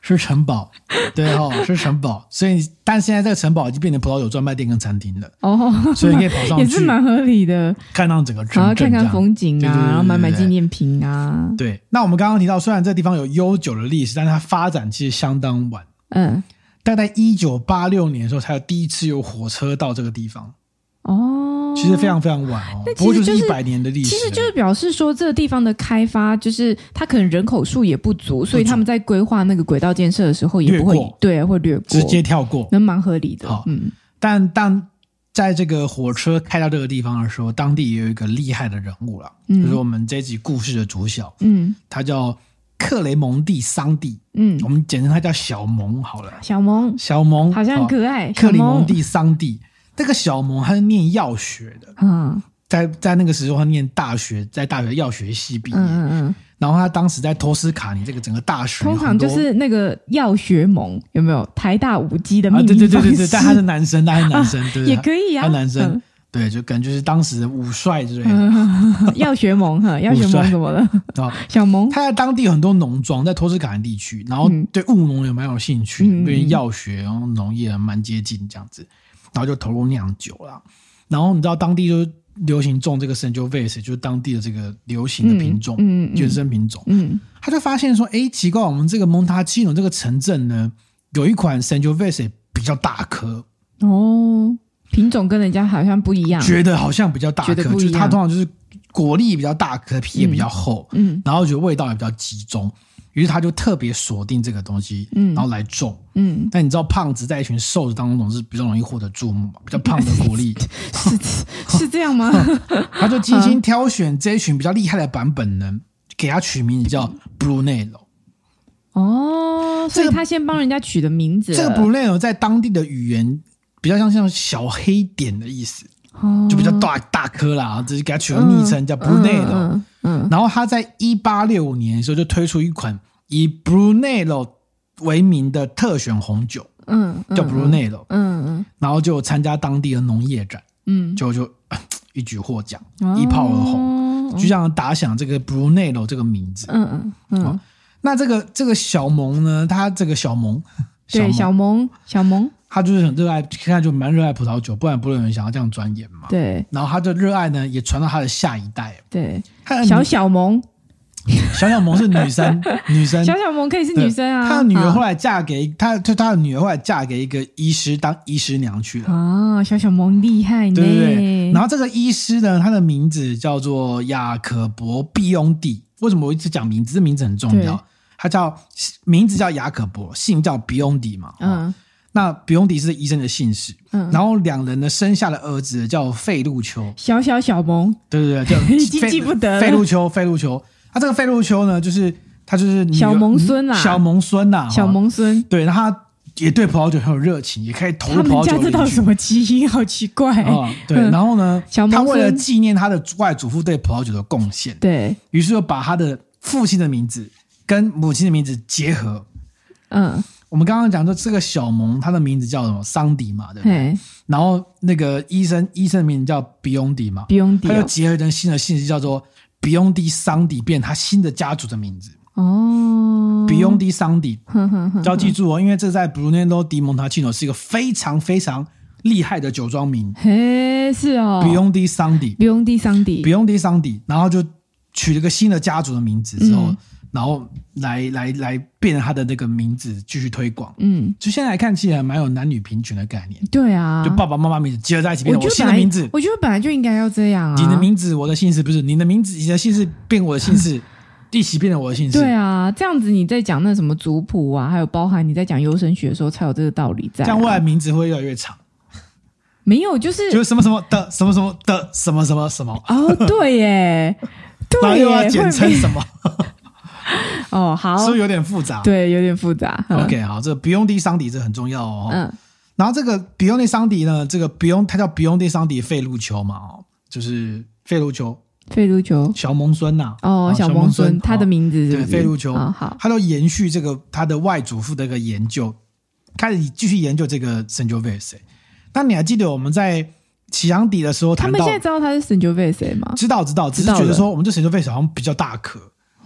是城堡，对哦，是城堡。所以，但现在这个城堡已经变成葡萄酒专卖店跟餐厅了。 哦， 所以你可以跑上去， 也是蛮合理的。 看到整个城镇， 然后看看风景啊， 对对对对对， 然后买买纪念品啊。 对，那我们刚刚提到，虽然这个地方有悠久的历史，但是它发展其实相当晚。大概1986年的时候，才有第一次有火车到这个地方。哦，其实非常非常晚哦，不过就是100年的历史。 其实就是表示说，这个地方的开发，就是它可能人口数也不足，所以他们在规划那个轨道建设的时候也不会会略过， 直接跳过， 那蛮合理的。 但在这个火车开到这个地方的时候，当地也有一个厉害的人物了，就是我们这一集故事的主角，他叫克雷蒙蒂桑蒂，我们简称他叫小蒙好了。小蒙好像很可爱。 克雷蒙蒂桑蒂，这个小蒙他是念药学的，在那个时候他念大学，在大学药学系毕业，然后他当时在托斯卡尼这个整个大学， 通常就是那个药学蒙有没有台大五基的命名方式？ 对，但他是男生，对， 也可以啊， 他男生。对，就感觉是当时的武帅之类的。 药学蒙药学蒙怎么了？小蒙他在当地有很多农庄，在托斯卡尼地区，然后对务农也蛮有兴趣，对药学然后农业蛮接近这样子，然后就投入酿酒啦。然后你知道当地就流行种这个 Sangiovese， 就是当地的这个流行的品种，原生品种。他就发现说，奇怪，我们这个蒙塔基诺这个城镇呢，有一款 Sangiovese 比较大颗哦。品种跟人家好像不一样， 觉得好像比较大颗，就是它通常就是果粒比较大颗，皮也比较厚，然后觉得味道也比较集中，于是他就特别锁定这个东西，然后来种。但你知道胖子在一群瘦子当中是比较容易获得注目嘛，比较胖的果粒是这样吗？ 他就精心挑选这一群比较厉害的版本呢，给他取名字叫 Brunello。 哦，所以他先帮人家取的名字。 这个 Brunello 在当地的语言比较像小黑点的意思，就比较大颗啦，只是给他取个昵称叫 Brunello。然后他在1865年的时候就推出一款以 Brunello 为名的特选红酒，叫 Brunello。然后就参加当地的农业展，就一举获奖，一炮而红，就这样打响这个 Brunello 这个名字。那这个小蒙呢，他这个小蒙，他就是很热爱，现在就蛮热爱葡萄酒，不然不会有人想要这样钻研嘛。 对， 然后他的热爱呢，也传到他的下一代。 对，小蒙是女生， 小蒙可以是女生啊。 他的女儿后来嫁给他的女儿后来嫁给一个医师当医师娘去了。 哦，小蒙厉害呢。 对。然后这个医师呢，他的名字叫做雅可伯·毕雍蒂。为什么我一直讲名字？这名字很重要。名字叫雅可伯，姓叫比雍蒂嘛。那比雍迪是医生的姓氏，然后两人呢生下的儿子叫费路丘， 小蒙， 对，叫记不得了。 费路丘，这个费路丘呢，他就是小蒙孙啦， 小蒙孙，对，然后他也对葡萄酒很有热情，也可以投入葡萄酒。 他们家知道什么基因，好奇怪对，然后呢，他为了纪念他的外祖父对葡萄酒的贡献， 对， 于是就把他的父亲的名字跟母亲的名字结合。我们刚刚讲说这个小蒙他的名字叫什么桑迪嘛，对不对？然后那个医生的名字叫比雍迪嘛，他就结合成新的姓氏叫做比雍迪桑迪，变他新的家族的名字。比雍迪桑迪，要记住因为这在 Brunello di Montalcino 是一个非常非常厉害的酒庄名。 是比雍迪桑迪，然后就取了个新的家族的名字之后。然后来变成他的那个名字继续推广，就现在来看起来蛮有男女平权的概念。 对啊， 就爸爸妈妈名字结合在一起变成我新的名字。 我觉得本来就应该要这样啊。 你的名字我的姓氏，不是你的名字你的姓氏变我的姓氏，一起变成我的姓氏。 对啊，这样子你在讲那什么族谱啊，还有包含你在讲优生学的时候才有这个道理在。 这样未来名字会越来越长。 没有，就是什么什么的什么什么的什么什么什么。 哦，对耶， 然后又要简称什么？ 好， 是不是有点复杂？ 对，有点复杂。 OK， 好，这个比雍迪桑迪这很重要哦。然后这个比雍迪桑迪呢，他叫比雍迪桑迪费路丘嘛，就是费路丘小蒙孙呐。 小蒙孙，他的名字是不是？ 对，费路丘。好，他都延续这个他的外祖父的一个研究，开始继续研究这个 Sangiovese。那你还记得我们在起阳底的时候谈到， 他们现在知道他是 Sangiovese 吗？ 知道，只是觉得说我们这 Sangiovese 好像比较大颗。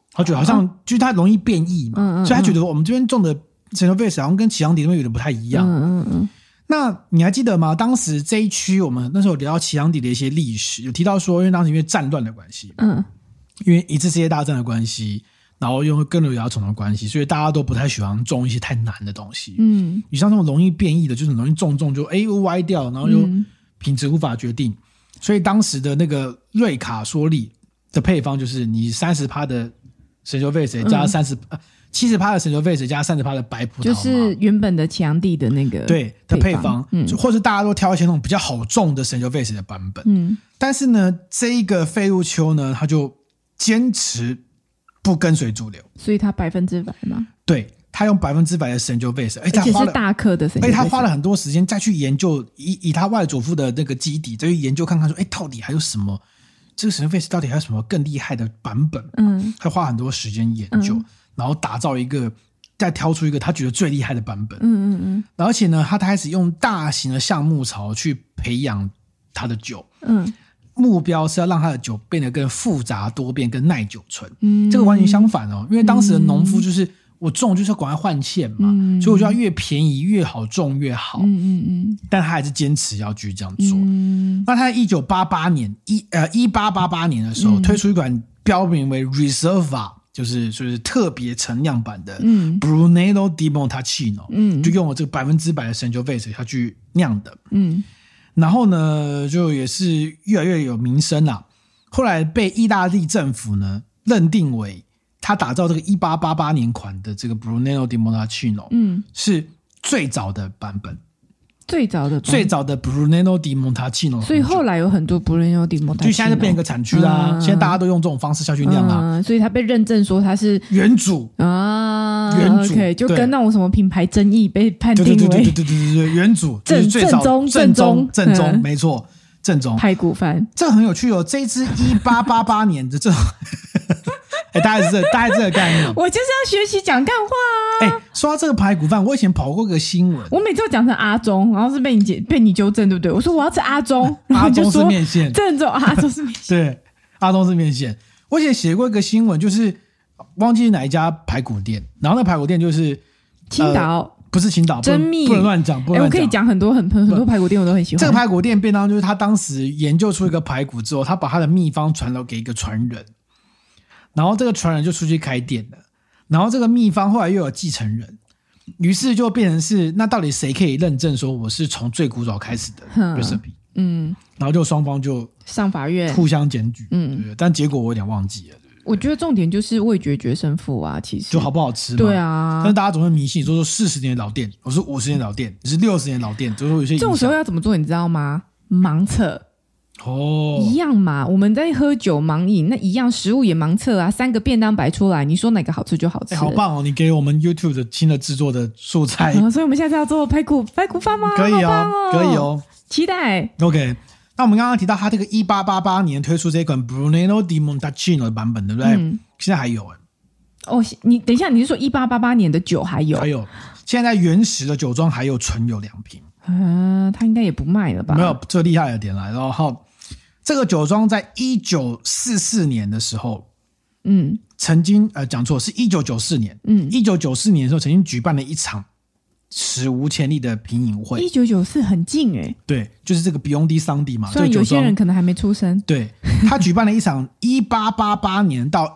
他觉得好像就是它容易变异嘛，所以他觉得我们这边种的 Sangiovese 好像跟奇昂迪那边有点不太一样。那你还记得吗？当时这一区我们那时候聊到奇昂迪的一些历史，有提到说，因为当时因为战乱的关系，因为一次世界大战的关系，然后又跟瘤蚜虫的关系，所以大家都不太喜欢种一些太难的东西。你像这种容易变异的，就是很容易种就又歪掉，然后又品质无法决定。所以当时的那个瑞卡索里的配方就是你 30% 的 Sangiovese 加70% 的 Sangiovese 加 30% 的白葡萄， 就是原本的奇昂蒂的那个对的配方，或是大家都挑一些那种比较好种的 Sangiovese 的版本。但是呢，这一个费路丘呢，他就坚持不跟随主流， 所以他100%吗？ 对，他用100%的 Sangiovese， 而且是大颗的 Sangiovese， 而且他花了很多时间再去研究，以他外祖父的那个基底再去研究看看说，到底还有什么这个 Sangiovese 到底还有什么更厉害的版本？他花很多时间研究，然后打造一个，再挑出一个他觉得最厉害的版本。而且呢，他开始用大型的橡木槽去培养他的酒。目标是要让他的酒变得更复杂多变更耐久存。这个完全相反哦，因为当时的农夫就是我种就是要赶快换线嘛，所以我就要越便宜越好种越好。但他还是坚持要继续这样做。那他在1888年的时候推出一款标明为 Reserva， 就是特别陈酿版的 Brunello di Montalcino，就用了这个100%的 Sangiovese 下去酿的。然后呢，就也是越来越有名声啦。后来被意大利政府呢认定为他打造这个1888年款的这个 Brunello di Montalcino，是最早的版本。最早的 Brunello di Montalcino， 所以后来有很多 Brunello di Montalcino， 就现在就变一个产区啦。现在大家都用这种方式下去酿啦， 所以他被认证说他是原主原主 OK， 就跟那种什么品牌争议被判定为对原主就是最早正宗，没错，正宗排骨饭。 这很有趣哦，这一支1888年的这种大概这个概念。 我就是要学习讲干话啊。 说到这个排骨饭，我以前跑过一个新闻， 我每次都讲成阿中，然后是被你纠正，对不对？我说我要吃阿中， 阿中是面线， 正宗阿中是面线， 对，阿中是面线。我以前写过一个新闻，就是忘记哪一家排骨店，然后那排骨店就是青岛。 不是青岛， 真蜜不能乱讲， 我可以讲很多排骨店我都很喜欢。 这个排骨店便当就是他当时研究出一个排骨之后，他把他的秘方传了给一个传人，然后这个传人就出去开店了，然后这个秘方后来又有继承人，于是就变成是那到底谁可以认证说我是从最古早开始的 recipe？然后就双方就上法院互相检举，对，但结果我有点忘记了。 我觉得重点就是味觉决胜负啊，其实就好不好吃嘛。 对啊， 但是大家总会迷信说40年老店，我是50年老店，你是60年老店，就会有些影响。 这种时候要怎么做你知道吗？盲测一样嘛，我们在喝酒盲饮，那一样食物也盲测啊，3个便当摆出来，你说哪个好吃就好吃。 好棒哦，你给我们 YouTube 的新的制作的素材。 所以我们下次要做排骨饭吗？ 可以哦，可以哦， 期待。 OK， 那我们刚刚提到他这个1888年推出这款 Brunello di Montalcino 的版本，对不对？现在还有你等一下，你是说1888年的酒还有？ 还有，现在原始的酒庄还有存有2瓶。 他应该也不卖了吧？ 没有，这厉害的点来，然后这个酒庄在1944年的时候，曾经讲错，是1994年，1994年的时候曾经举办了一场史无前例的品饮会。 1994很近对，就是这个 Biondi Santi 嘛， 虽然有些人可能还没出生。 对，他举办了一场1888年到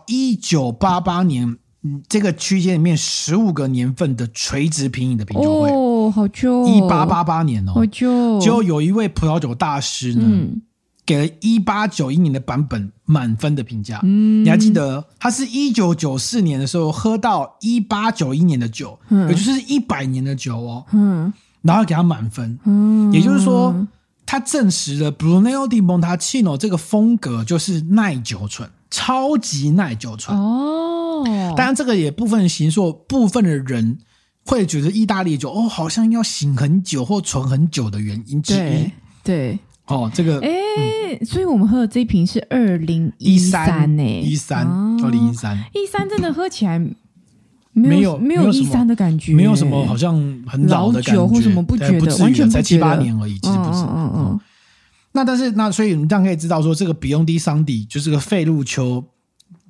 1988年这个区间里面15个年份的垂直品饮的品酒会。 好旧 1888年好旧。 结果有一位葡萄酒大师呢，给了1891年的版本满分的评价。你还记得他是1994年的时候喝到1891年的酒，也就是100年的酒哦。然后给他满分。也就是说他证实了 Brunello di Montalcino 这个风格就是耐久醇，超级耐久醇。当然这个也部分形塑部分的人会觉得意大利酒好像要醒很久或存很久的原因之一。对这个所以我们喝的这一瓶是2013 2013真的喝起来没有13的感觉， 没有什么好像很老的感觉或什么，不觉得，完全不才觉得 7-8年而已，其实不是。那但是所以你这样可以知道说，这个 Biondi Santi 就是个费路丘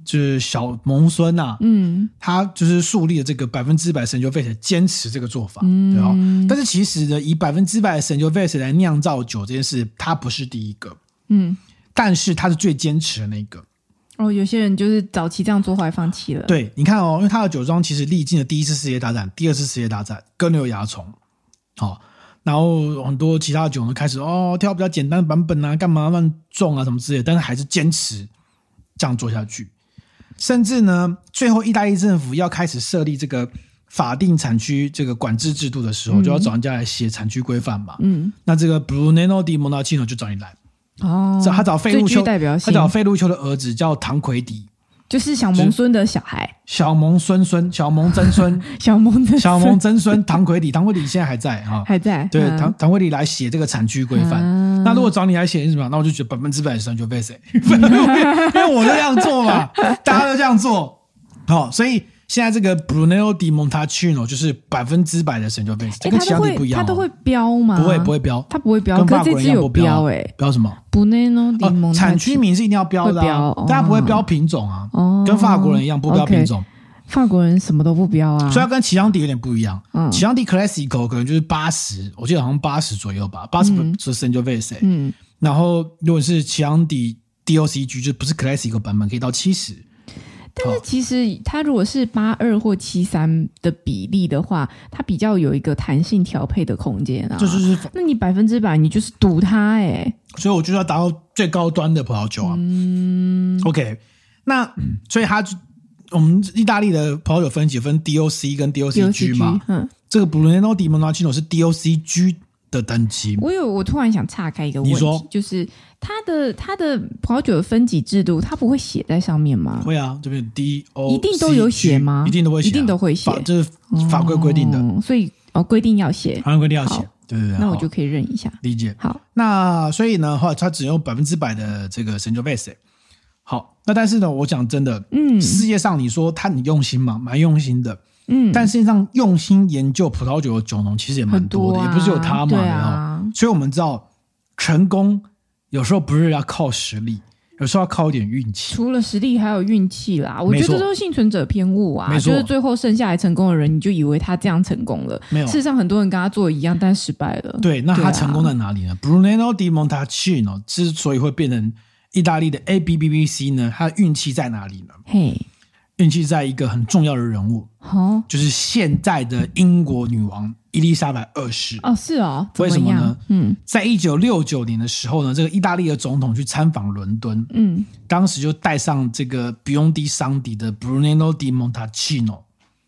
就是小蒙孙啊，他就是树立了这个100% Sangiovese 坚持这个做法，对吧？但是其实呢，以100% Sangiovese 来酿造酒这件事，他不是第一个，但是他是最坚持的那个。 有些人就是早期这样做后来放弃了。 对，你看因为他的酒庄其实历经了第一次世界大战、第二次世界大战，各有蚜虫，然后很多其他的酒呢开始挑比较简单的版本啊，干嘛乱种啊什么之类的，但是还是坚持这样做下去。甚至呢，最后意大利政府要开始设立这个法定产区这个管制制度的时候，就要找人家来写产区规范嘛。那这个 Brunello di Montalcino 就找你来。他找费路丘，他找费路丘的儿子叫唐奎迪， 就是小蒙孙的小孩， 小蒙曾孙小蒙曾孙唐奎迪现在还在还在。 对，唐奎迪来写这个产区规范。那如果找你来写什么，那我就觉得100%Sangiovese，因为我就这样做嘛，大家都这样做。所以现在这个 Brunello di Montalcino 就是100%的 Sangiovese，这跟其他地不一样。 他都会标吗？ 不会标， 他不会标， 跟法国人一样不标。标什么 ？Brunello di Montalcino 产区名是一定要标的，大家不会标品种啊，跟法国人一样不标品种。 法国人什么都不标啊， 所以它跟起昂迪有点不一样。起昂迪 Classico 可能就是80，我记得好像80左右吧，80是 Sangiovese。然后如果是起昂迪 DOCG 就不是 Classico 版本，可以到70。 但是其实它如果是82或73的比例的话，它比较有一个弹性调配的空间啊。就是那你100%你就是赌它所以我就要达到最高端的葡萄酒啊。OK， 那所以我们意大利的葡萄酒分DOC 跟 DOCG 嘛。这个 Brunello di Montalcino 是 DOCG 的等级。 我突然想岔开一个问题， 你说就是它的葡萄酒的分级制度，它不会写在上面吗？ 会啊，这边 DOCG 一定都有写吗？ 一定都会写， 一定都会写， 这是法规规定的， 所以规定要写， 法规规定要写，对， 那我就可以认一下， 理解。 好， 那所以呢，它只用100%的这个 Sangiovese。好，那但是呢，我讲真的，世界上你说你用心吗？蛮用心的。但世界上用心研究葡萄酒的酒农其实也蛮多的，也不是有他嘛，对啊。所以我们知道，成功有时候不是要靠实力，有时候要靠一点运气。 除了实力，还有运气啦。我觉得这都是幸存者偏误啊，就是最后剩下来成功的人，你就以为他这样成功了，没有。事实上，很多人跟他做的一样，但失败了。 对，那他成功在哪里呢？Brunello di Montalcino 之所以会变成意大利的 ABBBC 呢，他的运气在哪里呢？运气在一个很重要的人物，就是现在的英国女王伊丽莎白二世。 是哦， 为什么呢？在1969年的时候呢，这个意大利的总统去参访伦敦，当时就带上这个 Biondi Santi 的 Brunello di Montalcino，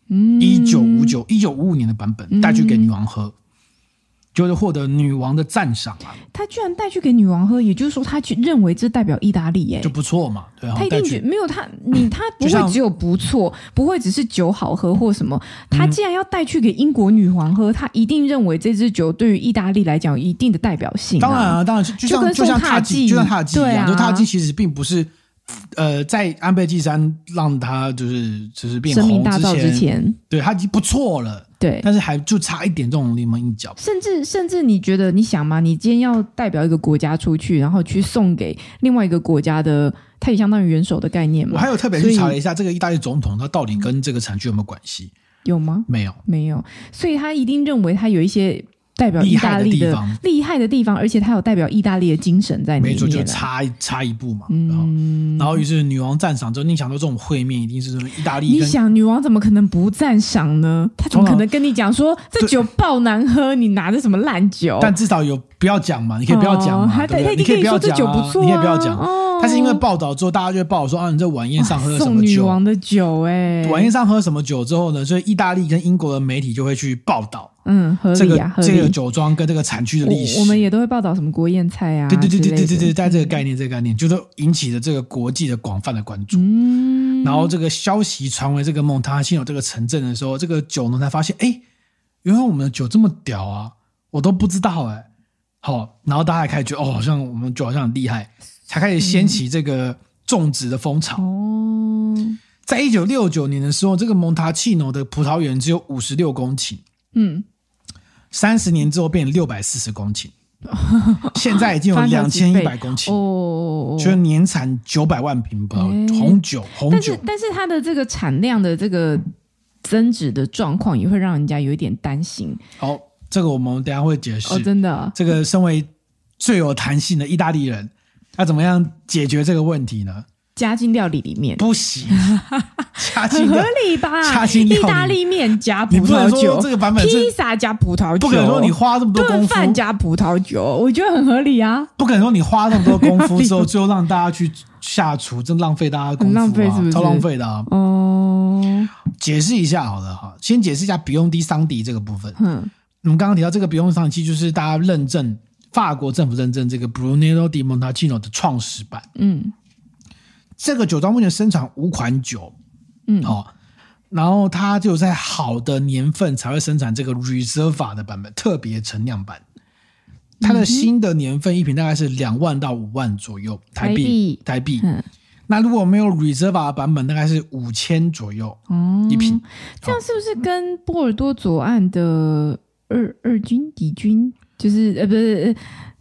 1955年的版本带去给女王喝。就是获得女王的赞赏啊！ 他居然带去给女王喝，也就是说，他认为这代表意大利就不错嘛，对啊。 他一定没有他不会只有不错，不会只是酒好喝或什么。他既然要带去给英国女王喝，他一定认为这支酒对于意大利来讲有一定的代表性。 当然啊，当然就像踏迹一样，就踏迹其实并不是。在安倍晋三让他就是变红声名大噪之前， 对他已经不错了，对，但是还就差一点这种临门一脚。 甚至你觉得，你想嘛，你今天要代表一个国家出去，然后去送给另外一个国家的，它也相当于元首的概念嘛。 我还有特别去查了一下，这个意大利总统他到底跟这个产区有没有关系？ 有吗？ 没有， 所以他一定认为他有一些。代表意大利的厉害的地方，而且它有代表意大利的精神在里面。 没错，就差一步嘛。然后于是女王赞赏之后，你想到这种会面一定是意大利。 你想女王怎么可能不赞赏呢？她怎么可能跟你讲说这酒爆难喝，你拿着什么烂酒？ 但至少有不要讲嘛，你可以不要讲嘛，对不对？你可以不要讲，你可以不要讲。但是因为报道之后，大家就会报道说你这晚宴上喝了什么酒？ 送女王的酒晚宴上喝什么酒之后呢？所以意大利跟英国的媒体就会去报道。 合理啊， 这个酒庄跟这个产区的历史， 我们也都会报道什么国宴菜啊， 对，带这个概念，就都引起了这个国际的广泛的关注。然后这个消息传为这个蒙塔西诺这个城镇的时候，这个酒农才发现，原来我们的酒这么屌啊，我都不知道好，然后大家还开始觉得好像我们酒好像很厉害，才开始掀起这个种植的风潮。在1969年的时候，这个蒙塔西诺的葡萄园只有56公顷。30年之后变640公顷， 现在已经有2100公顷就是年产900万瓶葡萄红酒。 但是它的这个产量的这个增值的状况也会让人家有一点担心。 这个我们等一下会解释。 真的， 这个身为最有弹性的意大利人，要怎么样解决这个问题呢？ 加进料理里面不行，很合理吧？ 加进料理， 意大利面加葡萄酒， 你不能说这个版本是披萨加葡萄酒， 不可能说你花这么多功夫， 顿饭加葡萄酒，我觉得很合理啊。 不可能说你花那么多功夫之后，最后让大家去下厨，真浪费大家的功夫， 浪费是不是？ 超浪费的啊！解释一下好了哈，先解释一下比用低桑迪这个部分。我们刚刚提到这个比用桑迪，就是大家认证法国政府认证这个 Brunello di Montalcino 的创始版。这个酒庄目前生产5款酒，然后它就在好的年份才会生产这个 Reserva 的版本，特别陈酿版。它的新的年份一瓶大概是2万到5万左右台币。那如果没有 Reserva 的版本，大概是5000左右一瓶。 这样是不是跟波尔多左岸的二军底军，就是不是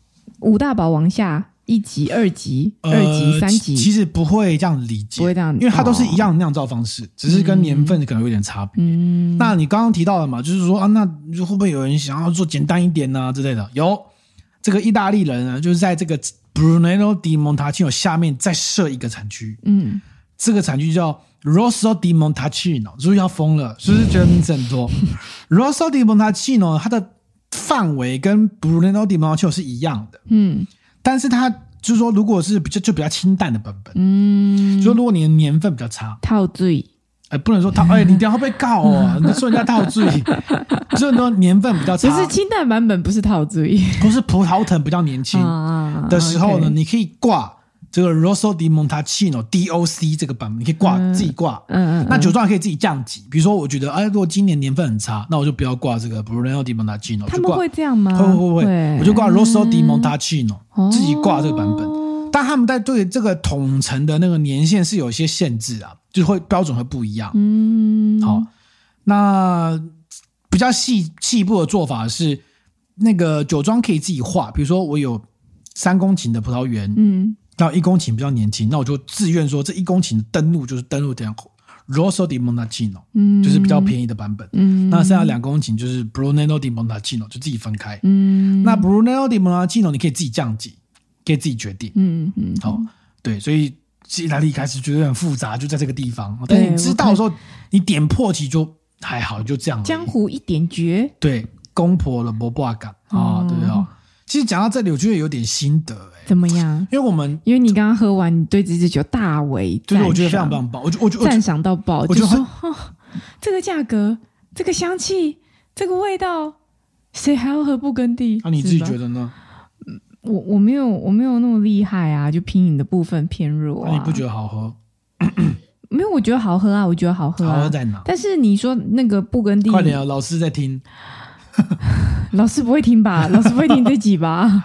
5大堡王下1级、2级、2级、3级， 其实不会这样理解， 不会这样， 因为它都是一样的酿造方式，只是跟年份可能有点差别。那你刚刚提到了嘛，就是说那会不会有人想要做简单一点之类的？有，这个意大利人呢，就是在这个 Brunello di Montalcino 下面再设一个产区，这个产区叫 Rosso di Montalcino， 是不是要疯了？是不是觉得名字很多？Rosso di Montalcino 它的范围跟 Brunello di Montalcino 是一样的，但是它就是说，如果是比较清淡的版本，说如果你的年份比较差， 套醉， 不能说套，你等一下会被告哦，你说人家套醉，就是说年份比较差， 不是清淡版本，不是套醉， 不是葡萄藤比较年轻的时候呢，你可以挂这个 Rosso di Montalcino DOC 这个版本，你可以挂自己挂，那酒庄也可以自己降级。比如说，我觉得如果今年年份很差，那我就不要挂这个 Brunello di Montalcino。 他们会这样吗？ 会，我就挂 Rosso di Montalcino，自己挂这个版本。但他们在对这个统称的那个年限是有一些限制啊，就是会标准会不一样。好，那比较细部的做法是，那个酒庄可以自己画，比如说我有3公頃的葡萄园，然后1公顷比较年轻，那我就自愿说这1公顷的登录就是登录这样 Rosso di Montalcino，就是比较便宜的版本。那剩下2公顷就是 Brunello di Montalcino， 就自己分开。那 Brunello di Montalcino 你可以自己降级，可以自己决定。对，所以意大利开始觉得很复杂，就在这个地方。但是你知道的时候，你点破其实就还好，就这样。 江湖一点绝， 对，攻破了没办法对啊。其实讲到这里，我觉得有点心得怎么样？ 因为你刚刚喝完，你对这支酒大为赞赏， 对，我觉得非常棒，我赞赏到爆。 我就说这个价格、这个香气、这个味道，谁还要喝布根地？ 你自己觉得呢？ 我没有那么厉害啊，就品饮的部分偏弱啊。 你不觉得好喝？ 没有，我觉得好喝啊，我觉得好喝啊。 好喝在哪？ 但是你说那个布根地， 快点啊，老师在听。 老师不会听吧？老师不会听这集吧？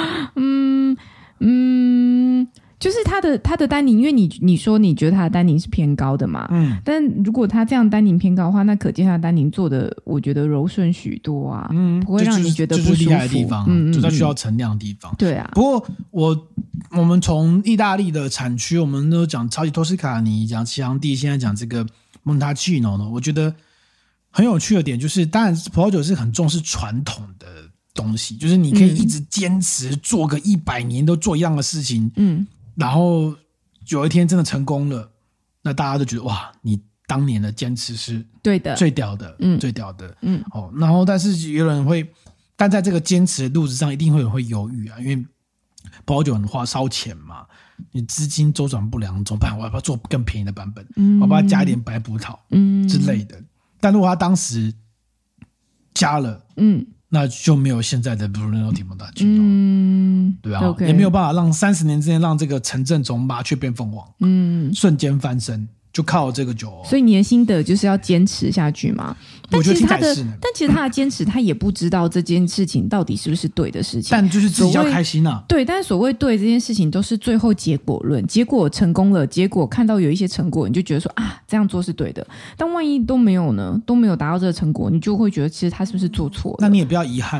就是它的单宁，因为你说你觉得它的单宁是偏高的嘛，但如果它这样单宁偏高的话，那可见它的单宁做的我觉得柔顺许多啊，不会让你觉得不舒服。 就是厉害的地方，就在需要陈酿的地方。 对啊。 不过我们从意大利的产区，我们都讲超级托斯卡尼，讲齐昂地，现在讲这个蒙塔奇诺呢，我觉得很有趣的点就是，当然葡萄酒是很重视传统的东西，就是你可以一直坚持做个100年都做一样的事情，然后有一天真的成功了，那大家都觉得哇，你当年的坚持是对的，最屌的，最屌的，然后但是有人会，但在这个坚持的路子上，一定会有人会犹豫啊，因为葡萄酒很烧钱嘛，你资金周转不良怎么办？我要不要做更便宜的版本？我要不要加一点白葡萄之类的？但如果他当时加了，那就没有现在的 Brunello di Montalcino，对吧？Okay. 也没有办法让30年之内让这个城镇从麻雀变凤凰，瞬间翻身，就靠这个酒。 所以你的心得就是要坚持下去嘛？ 我觉得听起来是，但其实他的坚持，他也不知道这件事情到底是不是对的事情， 但就是自己要开心啊。 对，但是所谓对这件事情都是最后结果论，结果成功了，结果看到有一些成果，你就觉得说啊，这样做是对的。但万一都没有呢，都没有达到这个成果，你就会觉得其实他是不是做错了？ 那你也不要遗憾啊，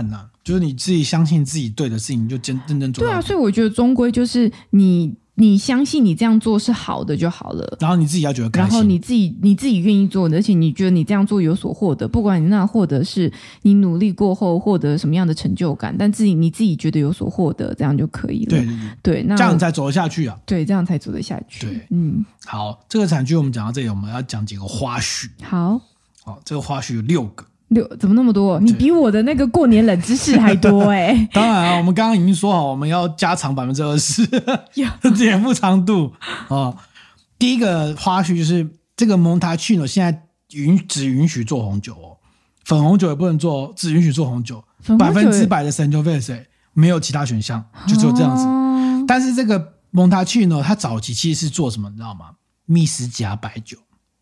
就是你自己相信自己对的事情，你就认真做到。 对啊，所以我觉得终归就是你相信你这样做是好的就好了， 然后你自己要觉得开心， 然后你自己愿意做的，而且你觉得你这样做有所获得，不管你那获得是你努力过后获得什么样的成就感，但你自己觉得有所获得，这样就可以了。对，那这样才走得下去啊。 对，这样才走得下去。 对，好，这个产区我们讲到这里，我们要讲几个花絮。 好， 这个花絮有6个。 怎么那么多？你比我的那个过年冷知识还多欸。 当然啊，我们刚刚已经说好，我们要加长20%，节目长度第一个花絮就是这个蒙塔奇诺现在只允许做红酒粉红酒也不能做，只允许做红酒，100%的 Sangiovese 没有其他选项，就只有这样子。但是这个蒙塔奇诺它早期其实是做什么，你知道吗？密斯加白酒。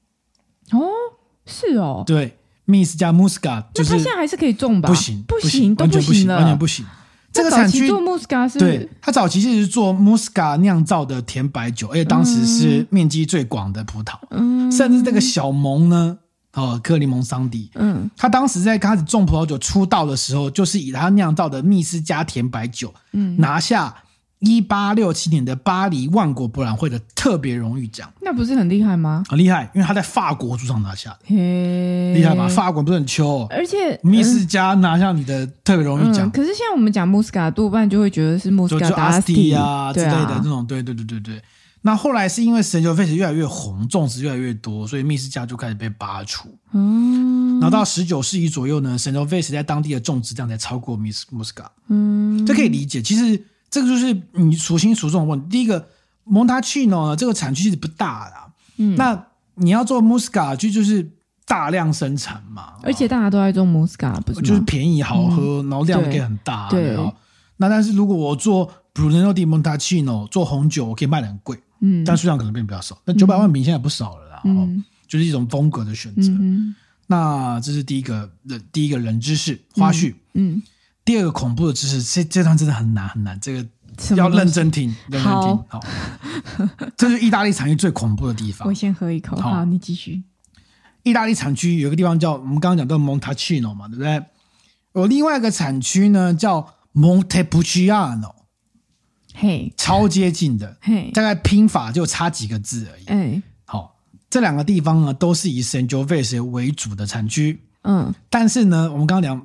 是哦， 对。密斯加 Muscat 就是， 那它现在还是可以种吧？ 不行， 都不行了， 完全不行。这个产区做 Muscat 是， 对，它早期是做 Muscat 酿造的甜白酒，而且当时是面积最广的葡萄，甚至这个小蒙呢，克里蒙桑迪，他当时在开始种葡萄酒出道的时候，就是以他酿造的密斯加甜白酒，拿下1867年的巴黎万国博览会的特别荣誉奖。 那不是很厉害吗？ 很厉害，因为他在法国主场拿下的，厉害吧？法国不是很秋， 而且密斯加拿下你的特别荣誉奖。 可是现在我们讲 Muscat 多半就会觉得是 Muscat 就 Asti 啊之类的那种，对。那后来是因为 Sangiovese 越来越红，种植越来越多，所以密斯加就开始被拔除。然后到19世纪左右呢 ，Sangiovese 在当地的种植量才超过 Muscat。这可以理解，其实。这个就是你孰轻孰重的问题。第一个，蒙塔奇诺呢，这个产区其实不大啦。那你要做 Muscat 就是大量生产嘛， 而且大家都在种 Muscat， 不是吗？ 就是便宜好喝，然后量可以很大。对。那但是如果我做 Brunello di Montalcino 做红酒，我可以卖得很贵，但数量可能变比较少。那900万瓶现在不少了啦，就是一种风格的选择。那这是第一个冷知识花絮。第二个恐怖的知识，这段真的很难很难，这个要认真听，好，这是意大利产区最恐怖的地方。 我先喝一口，好，你继续。 意大利产区有一个地方叫我们刚刚讲到 Montalcino 嘛，对不对？有另外一个产区呢叫 Montepulciano， 超接近的，大概拼法就差几个字而已。好，这两个地方呢都是以 Sangiovese 为主的产区。但是呢，我们刚刚讲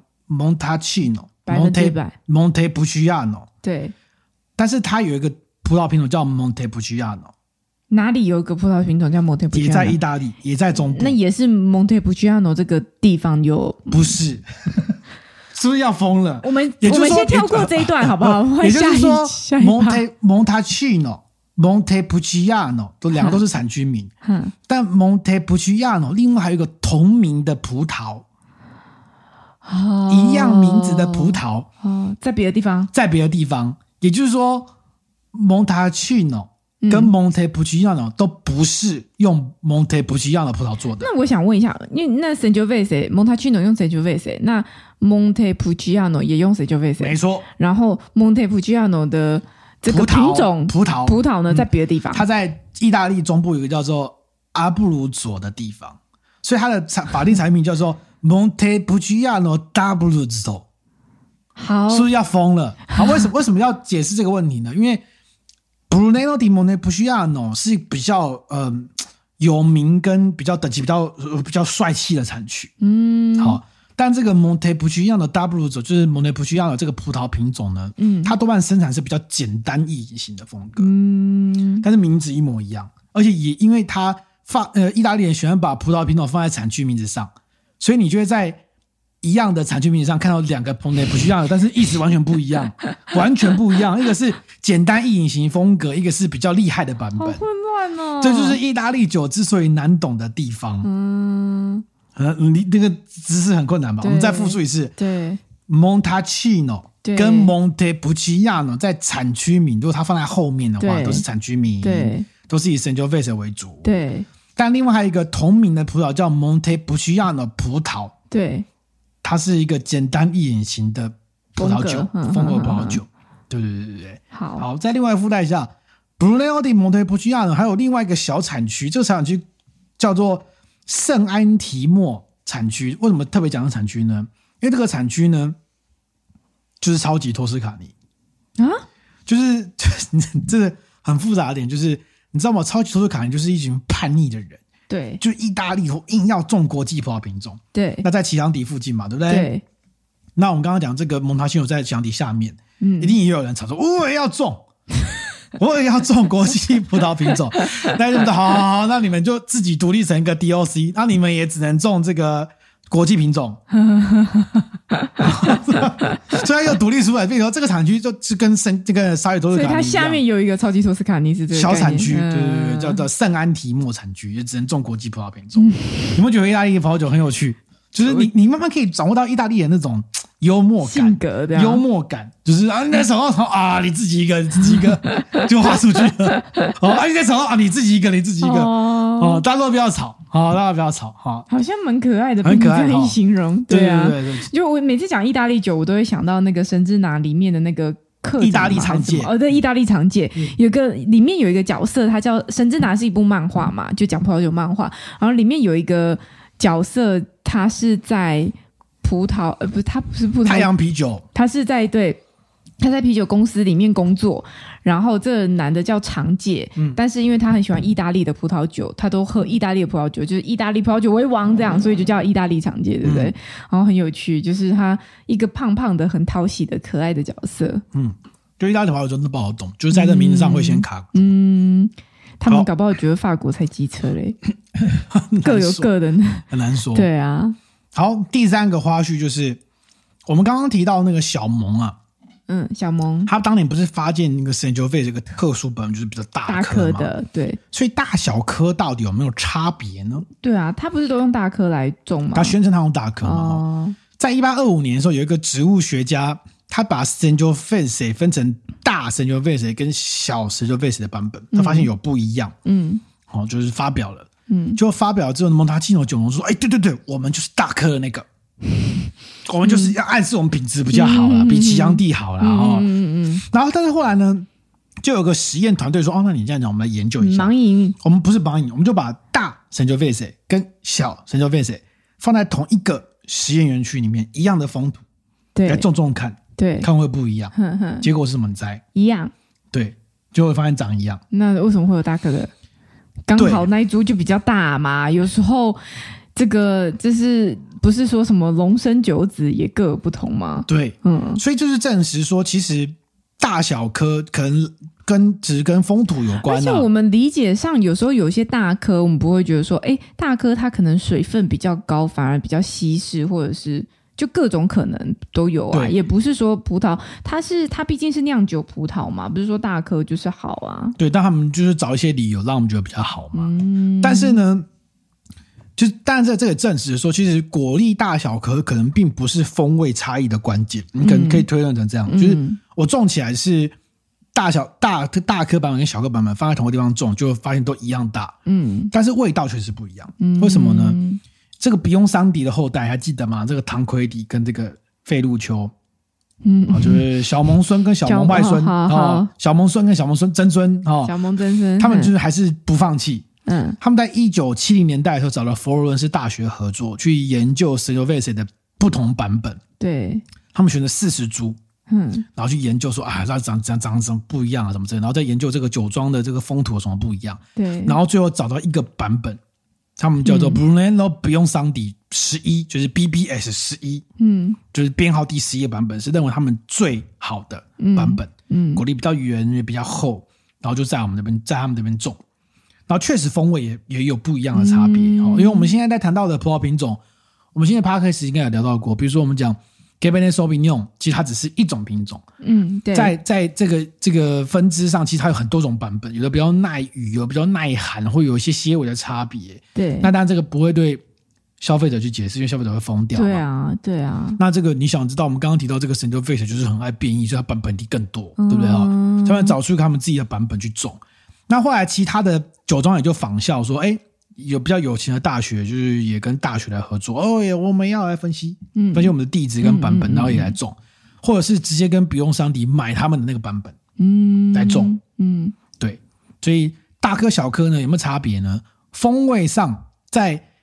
Montepulciano， 对， 但是它有一个葡萄品种叫 Montepulciano。 哪里有一个葡萄品种叫 Montepulciano？ 也在意大利，也在中部。 那也是 Montepulciano 这个地方有？ 不是，是不是要疯了？ 我们先跳过这一段好不好？ 也就是说 Montepulciano 两个都是产区名。但 Montepulciano 另外还有一个同名的葡萄。一样名字的葡萄在别的地方， 也就是说 Montepulciano 跟 Montepulciano 都不是用 Montepulciano 葡萄做的。 那我想问一下，那 Sangiovese Montepulciano 用 Sangiovese， 那 Montepulciano 也用 Sangiovese， 没错。 然后 Montepulciano 的这个品种葡萄呢，在别的地方， 它在意大利中部有一个叫做阿布鲁佐的地方，所以它的法定产品叫做Montepulciano d'Abruzzo。 好，是不是要疯了？好，为什么要解释这个问题呢？因为 Brunello di Montepulciano 是比较有名跟比较等级比较帅气的产区。好，但这个 Montepulciano d'Abruzzo 就是 Montepulciano 这个葡萄品种呢，它多半生产是比较简单易行的风格。但是名字一模一样，而且也因为它意大利人喜欢把葡萄品种放在产区名字上，所以你就会在一样的产区名字上看到两个 Montepulciano， 但是意思完全不一样，完全不一样。一个是简单易饮型风格，一个是比较厉害的版本。好混乱哦！这就是意大利酒之所以难懂的地方。你那个知识很困难吧？我们再复述一次。对 ，Montepulciano 跟 Montepulciano 在产区名，如果它放在后面的话，都是产区名，对，都是以 Sangiovese 为主。对。但另外还有一个同名的葡萄叫 Montepulciano 葡萄，对，它是一个简单易饮型的葡萄酒，风格葡萄酒。对。好，再另外附带一下 Brunello di Montepulciano 还有另外一个小产区，这个小产区叫做圣安提莫产区。为什么特别讲这个产区呢？因为这个产区呢， 就是超级托斯卡尼啊， 就是这个很复杂的点，就是你知道吗？超级托斯卡尼就是一群叛逆的人， 对， 就意大利硬要种国际葡萄品种， 对， 那在齐香迪附近嘛，对不对？ 对。 那我们刚刚讲这个蒙塔西诺在齐香迪下面，一定也有人吵说我也要种。我也要种国际葡萄品种，那就好，那你们就自己独立成一个 DOC， 那你们也只能种这个国际品种。所以又独立出来，变成这个产区就是跟这个沙里托斯卡尼一样， 所以它下面有一个超级托斯卡尼是这个小产区，对对对，叫做圣安提莫产区，也只能种国际葡萄品种。你们觉得意大利葡萄酒很有趣？就是你慢慢可以掌握到意大利人那种幽默感、 性格的幽默感，就是啊，你在手上啊，你自己一个，你自己一个，就画出去了。哦，啊，你在手上啊，你自己一个，你自己一个。哦，大家都不要吵，好，大家不要吵，好， 好像蛮可爱的， 很可爱， 这样一形容， 对啊， 对对。 就我每次讲意大利酒，我都会想到那个神之拿里面的那个。 意大利长界对，意大利长界里面有一个角色，他叫神之拿，是一部漫画嘛，就讲葡萄酒漫画，然后里面有一个角色，他是在葡萄不是，他不是葡萄太阳啤酒， 他在啤酒公司里面工作，然后这个男的叫长介，但是因为他很喜欢意大利的葡萄酒，他都喝意大利的葡萄酒，就是意大利葡萄酒为王这样，所以就叫意大利长介，对不对？然后很有趣，就是他一个胖胖的、很讨喜的、可爱的角色。 就意大利葡萄酒真的不好懂，就是在这名字上会先卡。 他们搞不好觉得法国才机车嘞，各有各的， 很难说。 对啊。 好，第三个花絮就是我们刚刚提到那个小蒙啊。 小蒙他当年不是发现那个 Sangiovese 这个特殊本就是比较大颗的，对， 所以大小颗到底有没有差别呢？ 对啊，他不是都用大颗来种吗？ 他宣称他用大颗嘛。在1825年的时候，有一个植物学家，他把 Sangiovese 分成大 Sangiovese 跟小 Sangiovese 的版本，他发现有不一样，就是发表了，就发表了之后，蒙塔基诺酒农说：“哎，对对对，我们就是大颗的那个。”我们就是要暗示我们品质比较好啦，比齐香地好啦。然后但是后来呢，就有个实验团队说：“哦，那你这样讲，我们来研究一下。” 盲饮， 我们不是盲饮，我们就把大 Sangiovese 跟小 Sangiovese 放在同一个实验园区里面，一样的风土， 对， 来种看， 对， 看会不一样。结果是什么？你猜？ 一样。 对，就会发现长一样。 那为什么会有大颗的？刚好那一株就比较大嘛。有时候这个就是不是说什么龙生九子也各有不同吗？ 对，所以就是证实说，其实大小颗可能只跟风土有关，而且我们理解上有时候有些大颗，我们不会觉得说，大颗它可能水分比较高，反而比较稀释，或者是就各种可能都有啊。也不是说葡萄它毕竟是酿酒葡萄嘛，不是说大颗就是好啊。 对，但他们就是找一些理由让我们觉得比较好嘛。但是呢，但是这个证实说，其实果粒大小颗可能并不是风味差异的关键，你可能可以推论成这样，就是我种起来是大颗版本跟小颗版本放在同个地方种，就发现都一样大，但是味道确实不一样。为什么呢？这个比翁桑迪的后代还记得吗？这个唐奎迪跟这个费路丘，就是小蒙孙跟小蒙外孙，小蒙孙跟小蒙孙曾孙， 小蒙曾孙， 他们就是还是不放弃。他们在1970年代的时候找了佛罗伦斯大学合作，去研究 Sangiovese 的不同版本。对，他们选了40株，然后去研究说它长什么不一样啊，什么之类的，然后再研究这个酒庄的这个风土有什么不一样。对，然后最后找到一个版本，他们叫做 Brunello Bionsandi 11，就是 BBS 11，就是编号第11版本，是认为他们最好的版本。果粒比较圆，也比较厚，然后就在他们那边种。然后确实风味也有不一样的差别，因为我们现在在谈到的葡萄品种，我们现在 podcast 应该有聊到过，比如说我们讲 Cabernet Sauvignon， 其实它只是一种品种，对，在这个分支上，其实它有很多种版本，有的比较耐雨，有的比较耐寒，会有一些些微的差别。对，那当然这个不会对消费者去解释，因为消费者会疯掉嘛。对啊。那这个你想知道，我们刚刚提到这个 Sangiovese 就是很爱变异，所以它版本地更多，对不对啊？他们找出他们自己的版本去种。那后来其他的酒庄也就仿效说，有比较有钱的大学，就是也跟大学来合作，我们要来分析我们的地址跟版本，然后也来种，或者是直接跟比翁桑迪买他们的那个版本，来种，对，所以大颗小颗呢有没有差别呢？风味上，在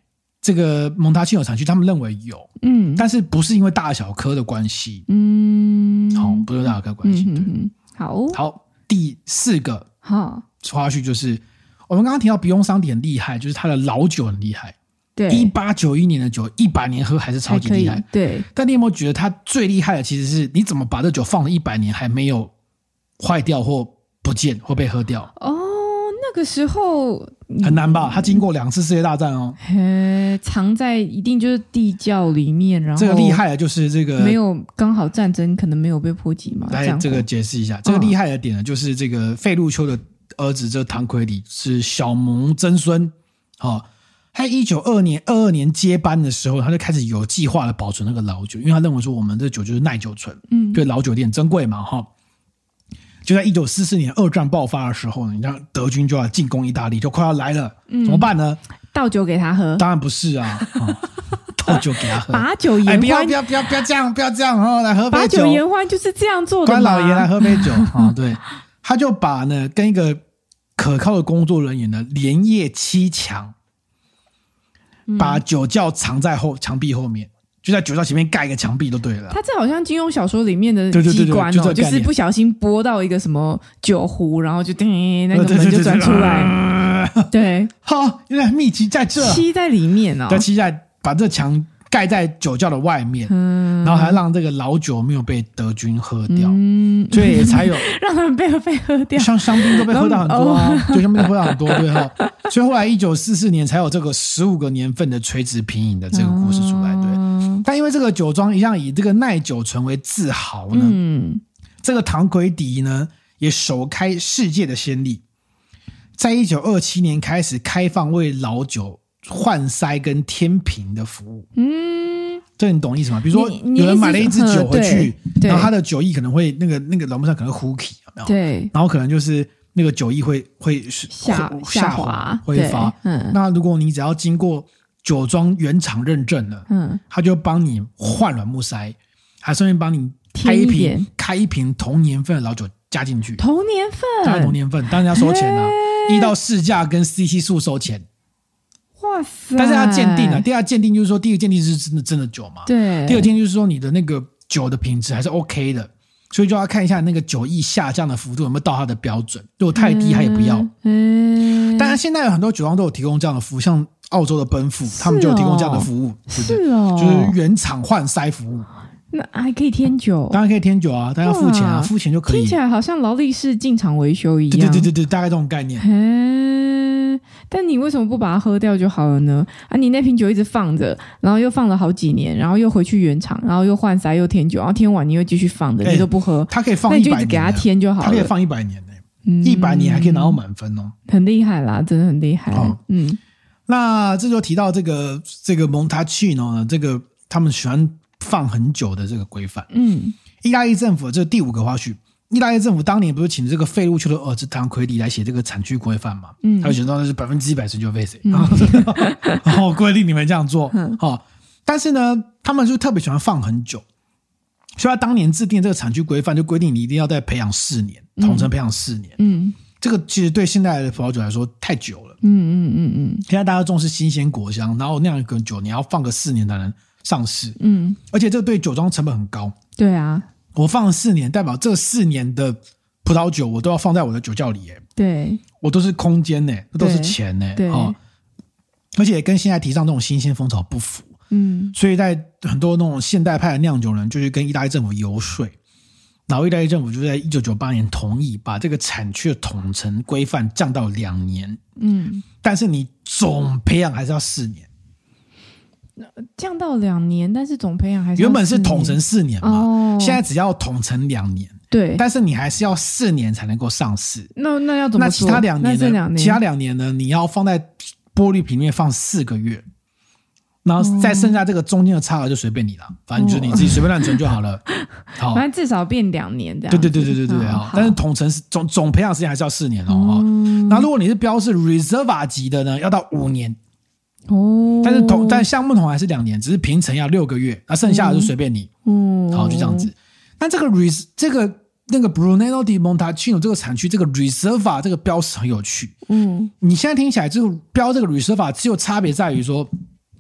这个蒙塔奇诺产区他们认为有，但是不是因为大小颗的关系，好，不是大小颗的关系，好，第4个花絮就是我们刚刚提到比翁桑迪很厉害，就是他的老酒很厉害， 对 ，1891年的酒100年喝还是超级厉害， 对。 但你有没有觉得他最厉害的其实是你怎么把这酒放了100年还没有坏掉或不见或被喝掉？ 哦，那个时候很难吧？他经过2次世界大战哦， 藏在一定就是地窖里面，然后这个厉害的就是这个没有刚好战争可能没有被波及嘛。 来这个解释一下，这个厉害的点呢，就是这个费路丘的儿子这个唐奎里是小蒙曾孙，他1922年接班的时候，他就开始有计划的保存那个老酒，因为他认为说我们这酒就是耐久醇，对老酒有点珍贵嘛，就在1944年2战爆发的时候呢，你看德军就要进攻意大利，就快要来了，怎么办呢？ 倒酒给他喝？ 当然不是啊，倒酒给他喝， 把酒言欢， 不要这样，不要这样来喝杯酒。 把酒言欢就是这样做的嘛。 关老爷来喝杯酒对，他就把呢跟一个可靠的工作人员呢连夜砌墙，把酒窖藏在墙壁后面。就在酒窖前面盖一个墙壁就对了。 他这好像金庸小说里面的机关哦，就是不小心拨到一个什么酒壶，然后就叮，那个门就转出来。对， 好，原来秘籍在这， 漆在里面哦。 对，漆在把这墙盖在酒窖的外面，然后还让这个老酒没有被德军喝掉，所以也才有让他们被喝掉。 像香槟都被喝到很多啊，对，香槟都喝到很多，对哈。所以后来1944年才有这个15个年份的垂直品饮的这个故事出来，对。但因为这个酒庄一向以这个耐久醇为自豪呢，这个唐奎迪呢也首开世界的先例，在1927年开始开放为老酒换塞跟添瓶的服务。这你懂意思吗？比如说有人买了一支酒回去，然后他的酒液可能会那个楼面上可能会糊起，有没有？ 对， 然后可能就是那个酒液会下滑挥发。那如果你只要经过酒庄原厂认证了，他就帮你换软木塞，还顺便帮你开一瓶同年份的老酒加进去。 同年份， 当然同年份，当然要收钱啊，1到市价跟 CC 数收钱。 哇塞！ 但是它鉴定啊，第二鉴定就是说，第一个鉴定是真的酒嘛， 对。 第二鉴定就是说你的那个酒的品质还是 OK 的，所以就要看一下那个酒液下降的幅度有没有到它的标准，如果太低它也不要。当然现在有很多酒庄都有提供这样的服务，像澳洲的奔富，他们就有提供这样的服务， 是哦， 就是原厂换塞服务。 那还可以添酒？ 当然可以添酒啊，但要付钱啊，付钱就可以。 听起来好像劳力士进场维修一样。 对，大概这种概念。 但你为什么不把它喝掉就好了呢？你那瓶酒一直放着，然后又放了好几年，然后又回去原厂，然后又换塞又添酒，然后添完你又继续放着，你都不喝。 它可以放100 年，那你就一直给它添就好了。 它可以放100年100年还可以拿到满分哦， 很厉害啦，真的很厉害。 那这就提到这个蒙塔奇诺呢，这个他们喜欢放很久的这个规范。意大利政府这第5个花絮，意大利政府当年不是请这个费路丘的儿子唐奎迪来写这个产区规范嘛？他就写到的是100%就费谁，然后规定你们这样做。但是呢，他们就特别喜欢放很久，所以他当年制定这个产区规范就规定你一定要再培养4年，统称培养4年。这个其实对现在的葡萄酒来说太久了。现在大家重视新鲜果香，然后那样一个酒你要放个4年才能上市。而且这对酒庄成本很高。对啊，我放了4年，代表这4年的葡萄酒我都要放在我的酒窖里耶。对，我都是空间耶，这都是钱耶。而且跟现在提倡这种新鲜风潮不符。所以在很多那种现代派的酿酒人就去跟意大利政府游说，然后意大利政府就在1998年同意把这个产区的统称规范降到2年。但是你总培养还是要4年。 降到2年，但是总培养还是要4年。 原本是统称4年嘛，现在只要统称2年。对，但是你还是要4年才能够上市。那要怎么做？那其他2年呢？其他2年呢？你要放在玻璃瓶里面放4个月。然后再剩下这个中间的差额就随便你了，反正就是你自己随便乱存就好了。好，反正至少变2年这样。对啊，但是统称是总培养时间还是要4年哦。那如果你是标示 Reserva 级的呢，要到5年。但橡木桶还是2年，只是瓶陈要6个月，那剩下的就随便你。好，就这样子。但这个那个 Brunello di Montalcino 这个产区这个 Reserva 这个标识很有趣。你现在听起来这个标这个 Reserva 只有差别在于说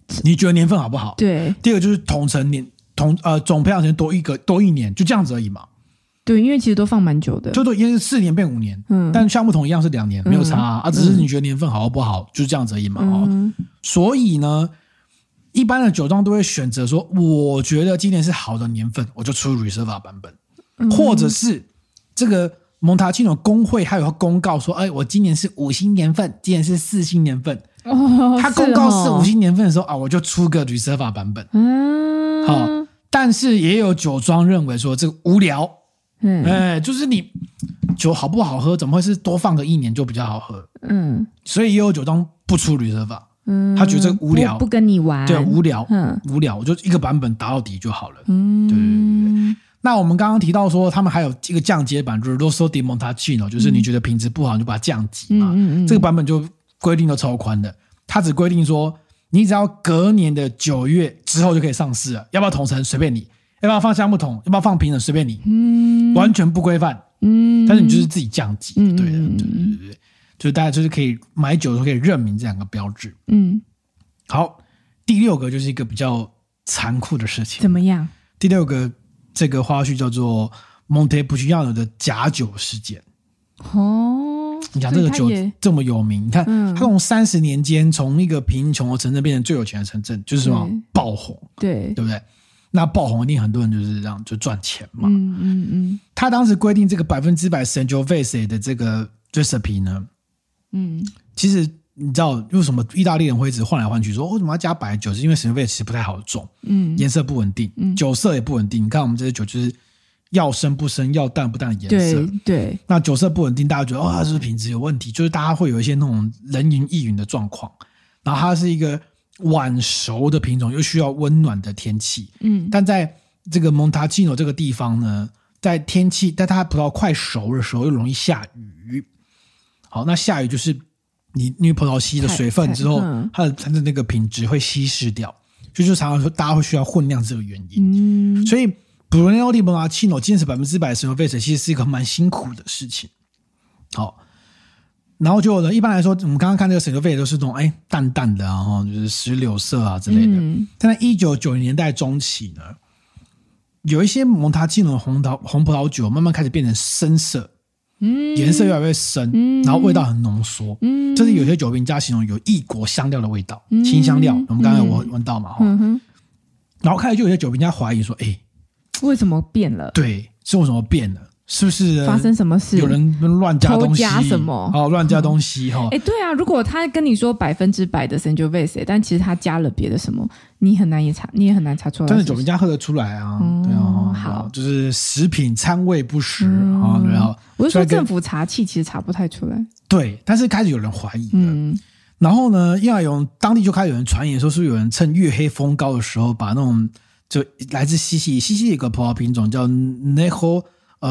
你觉得年份好不好？ 对。 第二个就是总培养时间多一年，就这样子而已嘛。 对，因为其实都放蛮久的， 就都因为4年变5年，但项目同一样是2年，没有差啊，只是你觉得年份好不好，就是这样子而已嘛。所以呢，一般的酒庄都会选择说，我觉得今年是好的年份，我就出 Reserva 版本，或者是这个蒙塔奇诺工会还有公告说，我今年是5星年份，今年是4星年份。他公告是5星年份的时候啊，我就出个 Reserva 版本。好，但是也有酒庄认为说这个无聊。就是你酒好不好喝，怎么会是多放个1年就比较好喝？所以也有酒庄不出 Reserva，他觉得这个无聊， 不跟你玩， 对，无聊，我就一个版本打到底就好了。对。那我们刚刚提到说，他们还有一个降阶版，就是 Rosso di Montalcino， 就是你觉得品质不好，你就把它降级嘛。这个版本就规定都超宽的，它只规定说，你只要隔年的9月之后就可以上市了，要不要统称随便你。要不要放橡木桶？要不要放瓶子？随便你，完全不规范。但是你就是自己降级，对的，对，就是大家就是可以买酒都可以认明这2个标志。好，第6个就是一个比较残酷的事情。 怎么样？ 第6个这个花絮叫做 Montepulciano 的假酒事件。你讲这个酒这么有名，你看它从30年间从一个贫穷的城镇变成最有钱的城镇，就是什么爆红，对不对？那爆红一定很多人就是这样就赚钱嘛。他当时规定这个100% Sangiovese 的这个 recipe 呢，其实你知道为什么意大利人会一直换来换去说为什么要加白酒，是因为 Sangiovese 其实不太好种，颜色不稳定，酒色也不稳定。你看我们这些酒就是要深不深，要淡不淡的颜色， 对， 那酒色不稳定，大家觉得它是不是品质有问题，就是大家会有一些那种人云亦云的状况。然后它是一个晚熟的品种，又需要温暖的天气。但在这个蒙塔基诺这个地方呢，在它葡萄快熟的时候又容易下雨。好，那下雨就是因为葡萄吸了水分之后，它的那个品质会稀释掉，所以就常常说大家会需要混酿这个原因。所以 Brunello di Montalcino 坚持100% Sangiovese 其实是一个蛮辛苦的事情。好。然后就一般来说，我们刚刚看这个 Sangiovese 都是这种淡淡的就是石榴色啊之类的。但在1990年代中期呢，有一些蒙塔基诺红葡萄酒慢慢开始变成深色，颜色越来越深，然后味道很浓缩。这是有些酒评家形容有异国香料的味道，清香料。我们刚才我闻到嘛，然后开始就有些酒评家怀疑说， 为什么变了？ 对，是为什么变了？是不是发生什么事？ 有人乱加东西？ 偷加什么？ 乱加东西对啊，如果他跟你说100%的 Sangiovese， 但其实他加了别的什么，你也很难查出来。 但是酒评家喝得出来啊，对啊，好，就是食品参味不实然后我是说政府查气其实查不太出来。对， 但是开始有人怀疑了。然后呢，因为当地就开始有人传言说，是有人趁月黑风高的时候，把那种就来自西西有个葡萄品种叫 Nejo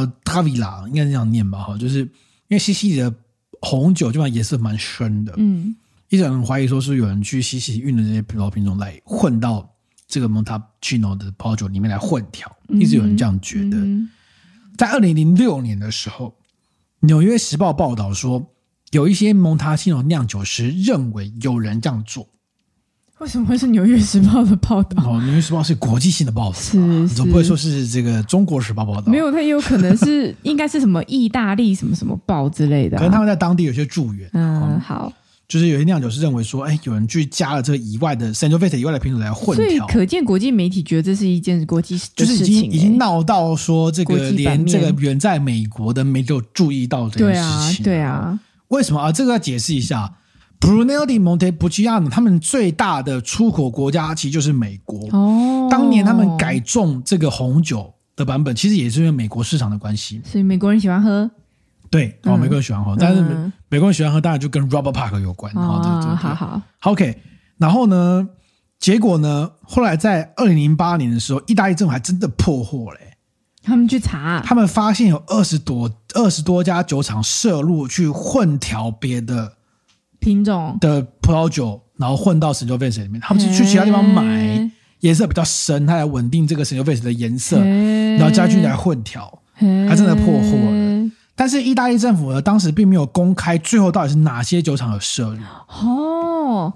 Tavila 应该是这样念吧，就是因为西西里的红酒基本上颜色蛮深的，一直有人怀疑说是有人去西西里运的这些葡萄品种来混到这个 Montalcino 的葡萄酒里面来混调，一直有人这样觉得。在2006年的时候，纽约时报报道说，有一些 Montalcino 酿酒师认为有人这样做。 为什么会是纽约时报的报道？ 纽约时报是国际性的报道，你总不会说是这个中国时报报道？ 没有，它也有可能是应该是什么意大利什么什么报之类的， 可能他们在当地有些驻员。 好， 就是有些酿酒师认为说，有人去加了这个以外的 Sangiovese 以外的品种来混调， 所以可见国际媒体觉得这是一件国际的事情， 就是已经闹到说这个连这个远在美国的媒体都注意到这件事情。 对啊， 为什么这个要解释一下。Brunello di Montepulciano 他们最大的出口国家其实就是美国。当年他们改种这个红酒的版本，其实也是因为美国市场的关系， 所以美国人喜欢喝。 对，美国人喜欢喝，但是美国人喜欢喝当然就跟 Robert Park 有关。 好 OK。然后呢，结果呢，后来在2008年的时候，意大利政府还真的破获了。 他们去查， 他们发现有20多家酒厂涉入去混调别的品种的葡萄酒，然后混到 Sangiovese 里面。他们是去其他地方买颜色比较深，它来稳定这个 Sangiovese 的颜色，然后加进来混调，还真的破获了。但是意大利政府呢，当时并没有公开最后到底是哪些酒厂有涉入。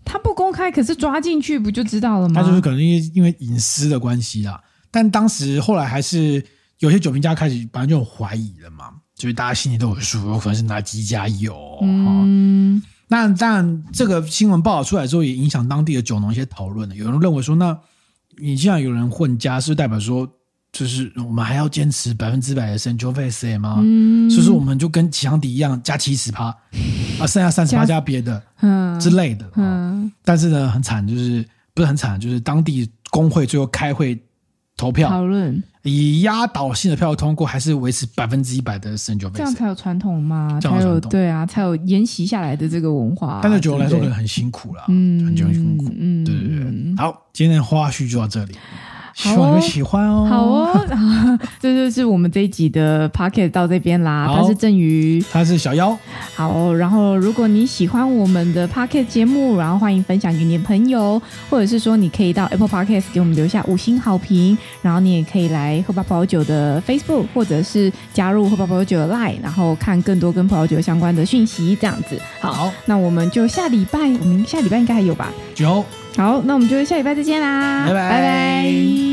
他不公开，可是抓进去不就知道了吗？ 他就是可能因为隐私的关系啦。但当时后来还是有些酒评家开始本来就有怀疑了嘛，就是大家心里都有数，有可能是拿机加油。那当然，这个新闻报道出来之后，也影响当地的酒农一些讨论了。有人认为说，那你既然有人混加，是不是代表说，就是我们还要坚持100%的 Sangiovese 吗？是不是我们就跟起航迪一样加70%啊，剩下30%加别的之类的？但是呢，很惨，就是不是很惨，就是当地工会最后开会投票讨论， 以压倒性的票通过，还是维持100%的 Sangiovese， 这样才有传统嘛？ 才有对啊，才有沿袭下来的这个文化。 但对酒来说可能很辛苦啦，很辛苦。对对对。好，今天的花絮就到这里。希望你们喜欢哦。 好哦，这就是我们这一集的 Podcast 到这边啦。他是郑瑜， 他是小妖。 好，然后如果你喜欢我们的 Podcast 节目，然后欢迎分享给你的朋友，或者是说你可以到 Apple Podcast 给我们留下5星好评，然后你也可以来喝吧葡萄酒的 Facebook， 或者是加入喝吧葡萄酒的 Line， 然后看更多跟葡萄酒相关的讯息，这样子。好，那我们就下礼拜应该还有吧？ 有。 好，那我们就下礼拜再见啦， 拜拜。 拜拜。